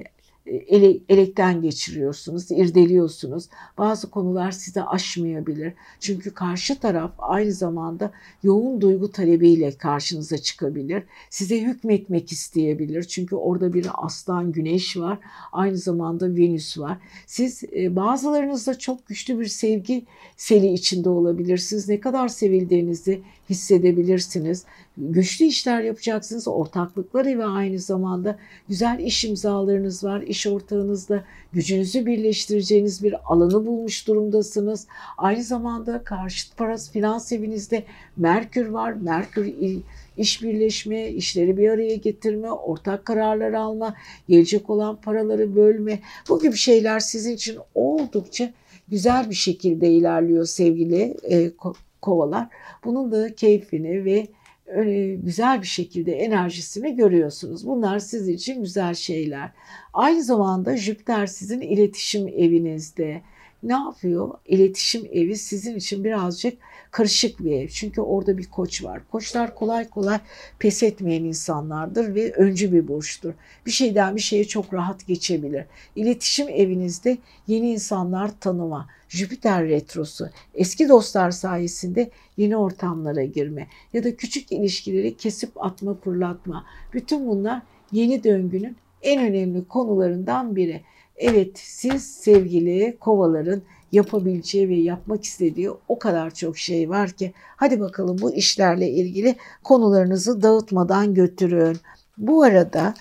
elekten geçiriyorsunuz, irdeliyorsunuz. Bazı konular size aşmayabilir. Çünkü karşı taraf aynı zamanda yoğun duygu talebiyle karşınıza çıkabilir. Size hükmetmek isteyebilir. Çünkü orada bir aslan güneş var. Aynı zamanda Venüs var. Siz bazılarınızda çok güçlü bir sevgi seli içinde olabilirsiniz. Ne kadar sevildiğinizi hissedebilirsiniz. Güçlü işler yapacaksınız. Ortaklıkları ve aynı zamanda güzel iş imzalarınız var. İş ortağınızla gücünüzü birleştireceğiniz bir alanı bulmuş durumdasınız. Aynı zamanda karşıt parası finans evinizde Merkür var. Merkür iş birleşme, işleri bir araya getirme, ortak kararlar alma, gelecek olan paraları bölme. Bu gibi şeyler sizin için oldukça güzel bir şekilde ilerliyor sevgili kovalar. Bunun da keyfini ve güzel bir şekilde enerjisini görüyorsunuz. Bunlar sizin için güzel şeyler. Aynı zamanda Jüpiter sizin iletişim evinizde. Ne yapıyor? İletişim evi sizin için birazcık karışık bir ev. Çünkü orada bir koç var. Koçlar kolay kolay pes etmeyen insanlardır ve öncü bir burçtur. Bir şeyden bir şeye çok rahat geçebilir. İletişim evinizde yeni insanlar tanıma, Jüpiter retrosu, eski dostlar sayesinde yeni ortamlara girme ya da küçük ilişkileri kesip atma, fırlatma. Bütün bunlar yeni döngünün en önemli konularından biri. Evet, siz sevgili kovaların yapabileceği ve yapmak istediği o kadar çok şey var ki hadi bakalım bu işlerle ilgili konularınızı dağıtmadan götürün. Bu arada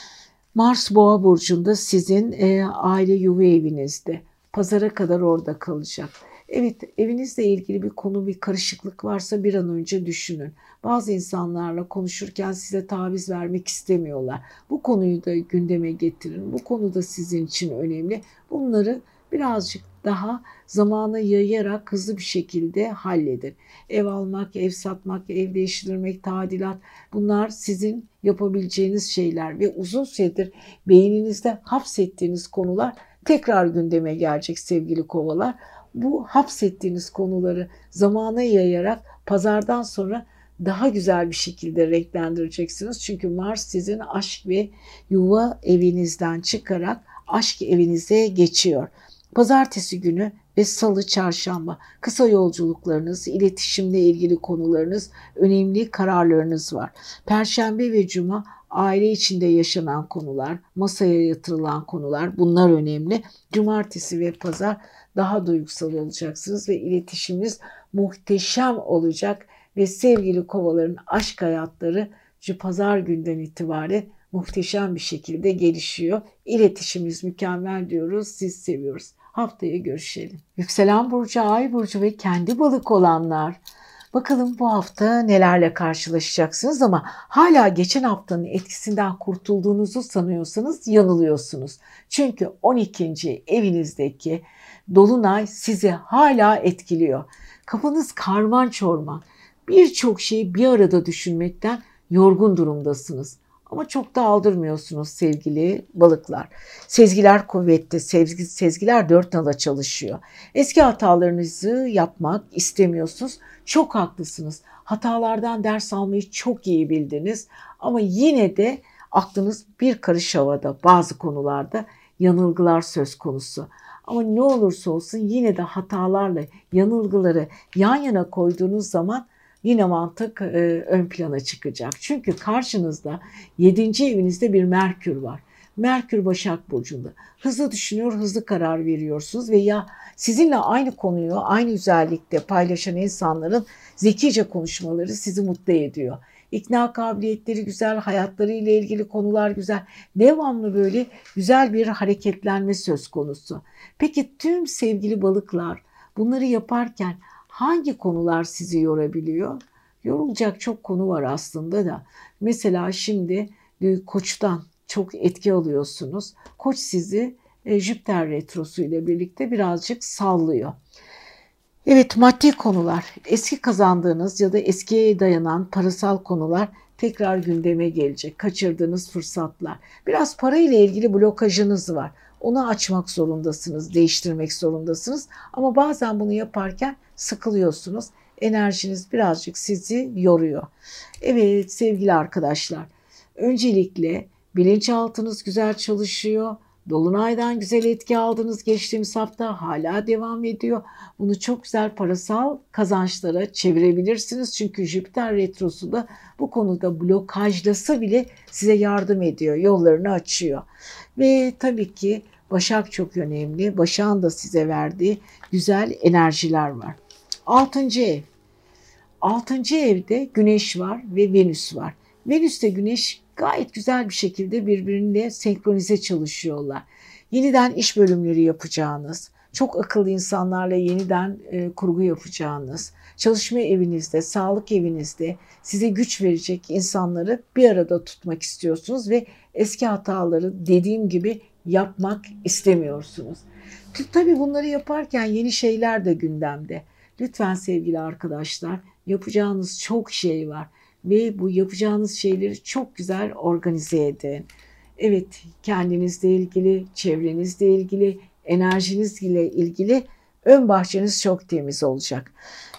Mars Boğa burcunda sizin aile yuva evinizde. Pazara kadar orada kalacak. Evet, evinizle ilgili bir konu, bir karışıklık varsa bir an önce düşünün. Bazı insanlarla konuşurken size taviz vermek istemiyorlar. Bu konuyu da gündeme getirin. Bu konu da sizin için önemli. Bunları birazcık daha zamana yayarak hızlı bir şekilde halledin. Ev almak, ev satmak, ev değiştirmek, tadilat, bunlar sizin yapabileceğiniz şeyler ve uzun süredir beyninizde hapsettiğiniz konular tekrar gündeme gelecek sevgili kovalar. Bu hapsettiğiniz konuları zamana yayarak pazardan sonra daha güzel bir şekilde renklendireceksiniz. Çünkü Mars sizin aşk ve yuva evinizden çıkarak aşk evinize geçiyor. Pazartesi günü ve salı, çarşamba kısa yolculuklarınız, iletişimle ilgili konularınız, önemli kararlarınız var. Perşembe ve cuma aile içinde yaşanan konular, masaya yatırılan konular, bunlar önemli. Cumartesi ve pazar daha duygusal olacaksınız ve iletişiminiz muhteşem olacak ve sevgili kovaların aşk hayatları pazar günden itibaren muhteşem bir şekilde gelişiyor. İletişimimiz mükemmel diyoruz, siz seviyoruz. Haftaya görüşelim. Yükselen burcu, ay burcu ve kendi balık olanlar. Bakalım bu hafta nelerle karşılaşacaksınız ama hala geçen haftanın etkisinden kurtulduğunuzu sanıyorsanız yanılıyorsunuz. Çünkü 12. evinizdeki dolunay sizi hala etkiliyor. Kafanız karman çorman. Birçok şeyi bir arada düşünmekten yorgun durumdasınız. Ama çok da aldırmıyorsunuz sevgili balıklar. Sezgiler kuvvetli, sezgiler dört nala çalışıyor. Eski hatalarınızı yapmak istemiyorsunuz. Çok haklısınız. Hatalardan ders almayı çok iyi bildiniz. Ama yine de aklınız bir karış havada, bazı konularda yanılgılar söz konusu. Ama ne olursa olsun yine de hatalarla yanılgıları yan yana koyduğunuz zaman yine mantık ön plana çıkacak. Çünkü karşınızda 7. evinizde bir Merkür var. Merkür Başak Burcu'nda. Hızlı düşünüyor, hızlı karar veriyorsunuz ve ya sizinle aynı konuyu aynı özellikle paylaşan insanların zekice konuşmaları sizi mutlu ediyor. İkna kabiliyetleri güzel, hayatları ile ilgili konular güzel. Devamlı böyle güzel bir hareketlenme söz konusu. Peki tüm sevgili balıklar bunları yaparken hangi konular sizi yorabiliyor? Yorulacak çok konu var aslında da. Mesela şimdi Koç'tan çok etki alıyorsunuz. Koç sizi Jüpiter retrosu ile birlikte birazcık sallıyor. Evet, maddi konular, eski kazandığınız ya da eskiye dayanan parasal konular tekrar gündeme gelecek. Kaçırdığınız fırsatlar. Biraz para ile ilgili blokajınız var. Onu açmak zorundasınız, değiştirmek zorundasınız. Ama bazen bunu yaparken sıkılıyorsunuz. Enerjiniz birazcık sizi yoruyor. Evet sevgili arkadaşlar, öncelikle bilinçaltınız güzel çalışıyor. Dolunaydan güzel etki aldınız geçtiğimiz hafta, hala devam ediyor. Bunu çok güzel parasal kazançlara çevirebilirsiniz. Çünkü Jüpiter retrosu da bu konuda blokajlasa bile size yardım ediyor, yollarını açıyor. Ve tabii ki Başak çok önemli. Başak'ın da size verdiği güzel enerjiler var. 6. ev. 6. evde Güneş var ve Venüs var. Venüs ile Güneş gayet güzel bir şekilde birbiriyle senkronize çalışıyorlar. Yeniden iş bölümleri yapacağınız, çok akıllı insanlarla yeniden kurgu yapacağınız, çalışma evinizde, sağlık evinizde size güç verecek insanları bir arada tutmak istiyorsunuz ve eski hataları dediğim gibi yapmak istemiyorsunuz. Tabii bunları yaparken yeni şeyler de gündemde. Lütfen sevgili arkadaşlar, yapacağınız çok şey var ve bu yapacağınız şeyleri çok güzel organize edin. Evet, kendinizle ilgili, çevrenizle ilgili, enerjinizle ilgili ön bahçeniz çok temiz olacak.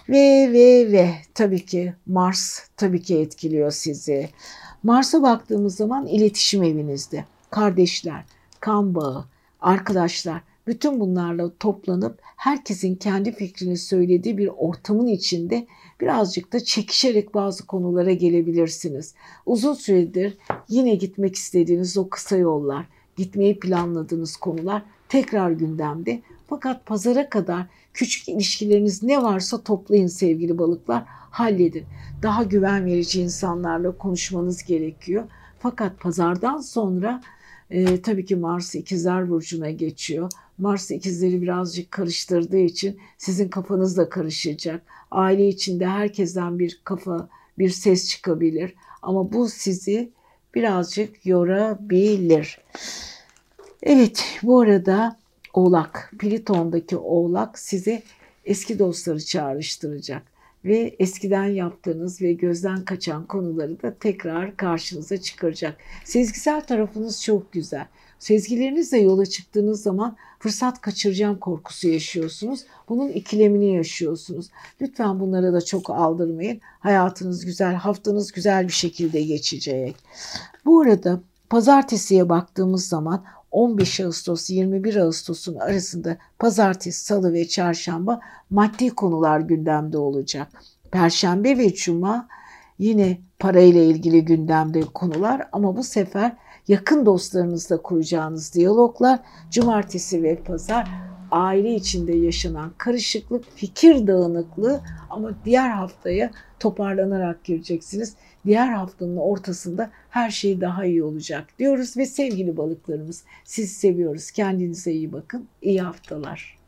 Ve tabii ki Mars tabii ki etkiliyor sizi. Mars'a baktığımız zaman iletişim evinizde. Kardeşler, kan bağı, arkadaşlar, bütün bunlarla toplanıp herkesin kendi fikrini söylediği bir ortamın içinde birazcık da çekişerek bazı konulara gelebilirsiniz. Uzun süredir yine gitmek istediğiniz o kısa yollar, gitmeyi planladığınız konular tekrar gündemde. Fakat pazara kadar küçük ilişkileriniz ne varsa toplayın sevgili balıklar, halledin. Daha güven verici insanlarla konuşmanız gerekiyor. Fakat pazardan sonra tabii ki Mars İkizler Burcu'na geçiyor. Mars ikizleri birazcık karıştırdığı için sizin kafanız da karışacak. Aile içinde herkesten bir ses çıkabilir. Ama bu sizi birazcık yorabilir. Evet, bu arada Oğlak, Plüton'daki Oğlak size eski dostları çağrıştıracak. Ve eskiden yaptığınız ve gözden kaçan konuları da tekrar karşınıza çıkaracak. Sezgisel tarafınız çok güzel. Sezgilerinizle yola çıktığınız zaman fırsat kaçıracağım korkusu yaşıyorsunuz. Bunun ikilemini yaşıyorsunuz. Lütfen bunlara da çok aldırmayın. Hayatınız güzel, haftanız güzel bir şekilde geçecek. Bu arada pazartesiye baktığımız zaman 15 Ağustos 21 Ağustos'un arasında pazartesi, salı ve çarşamba maddi konular gündemde olacak. Perşembe ve cuma yine parayla ilgili gündemde konular ama bu sefer yakın dostlarınızla kuracağınız diyaloglar. Cumartesi ve pazar aile içinde yaşanan karışıklık, fikir dağınıklığı ama diğer haftaya toparlanarak gireceksiniz. Diğer haftanın ortasında her şey daha iyi olacak diyoruz ve sevgili balıklarımız, sizi seviyoruz. Kendinize iyi bakın. İyi haftalar.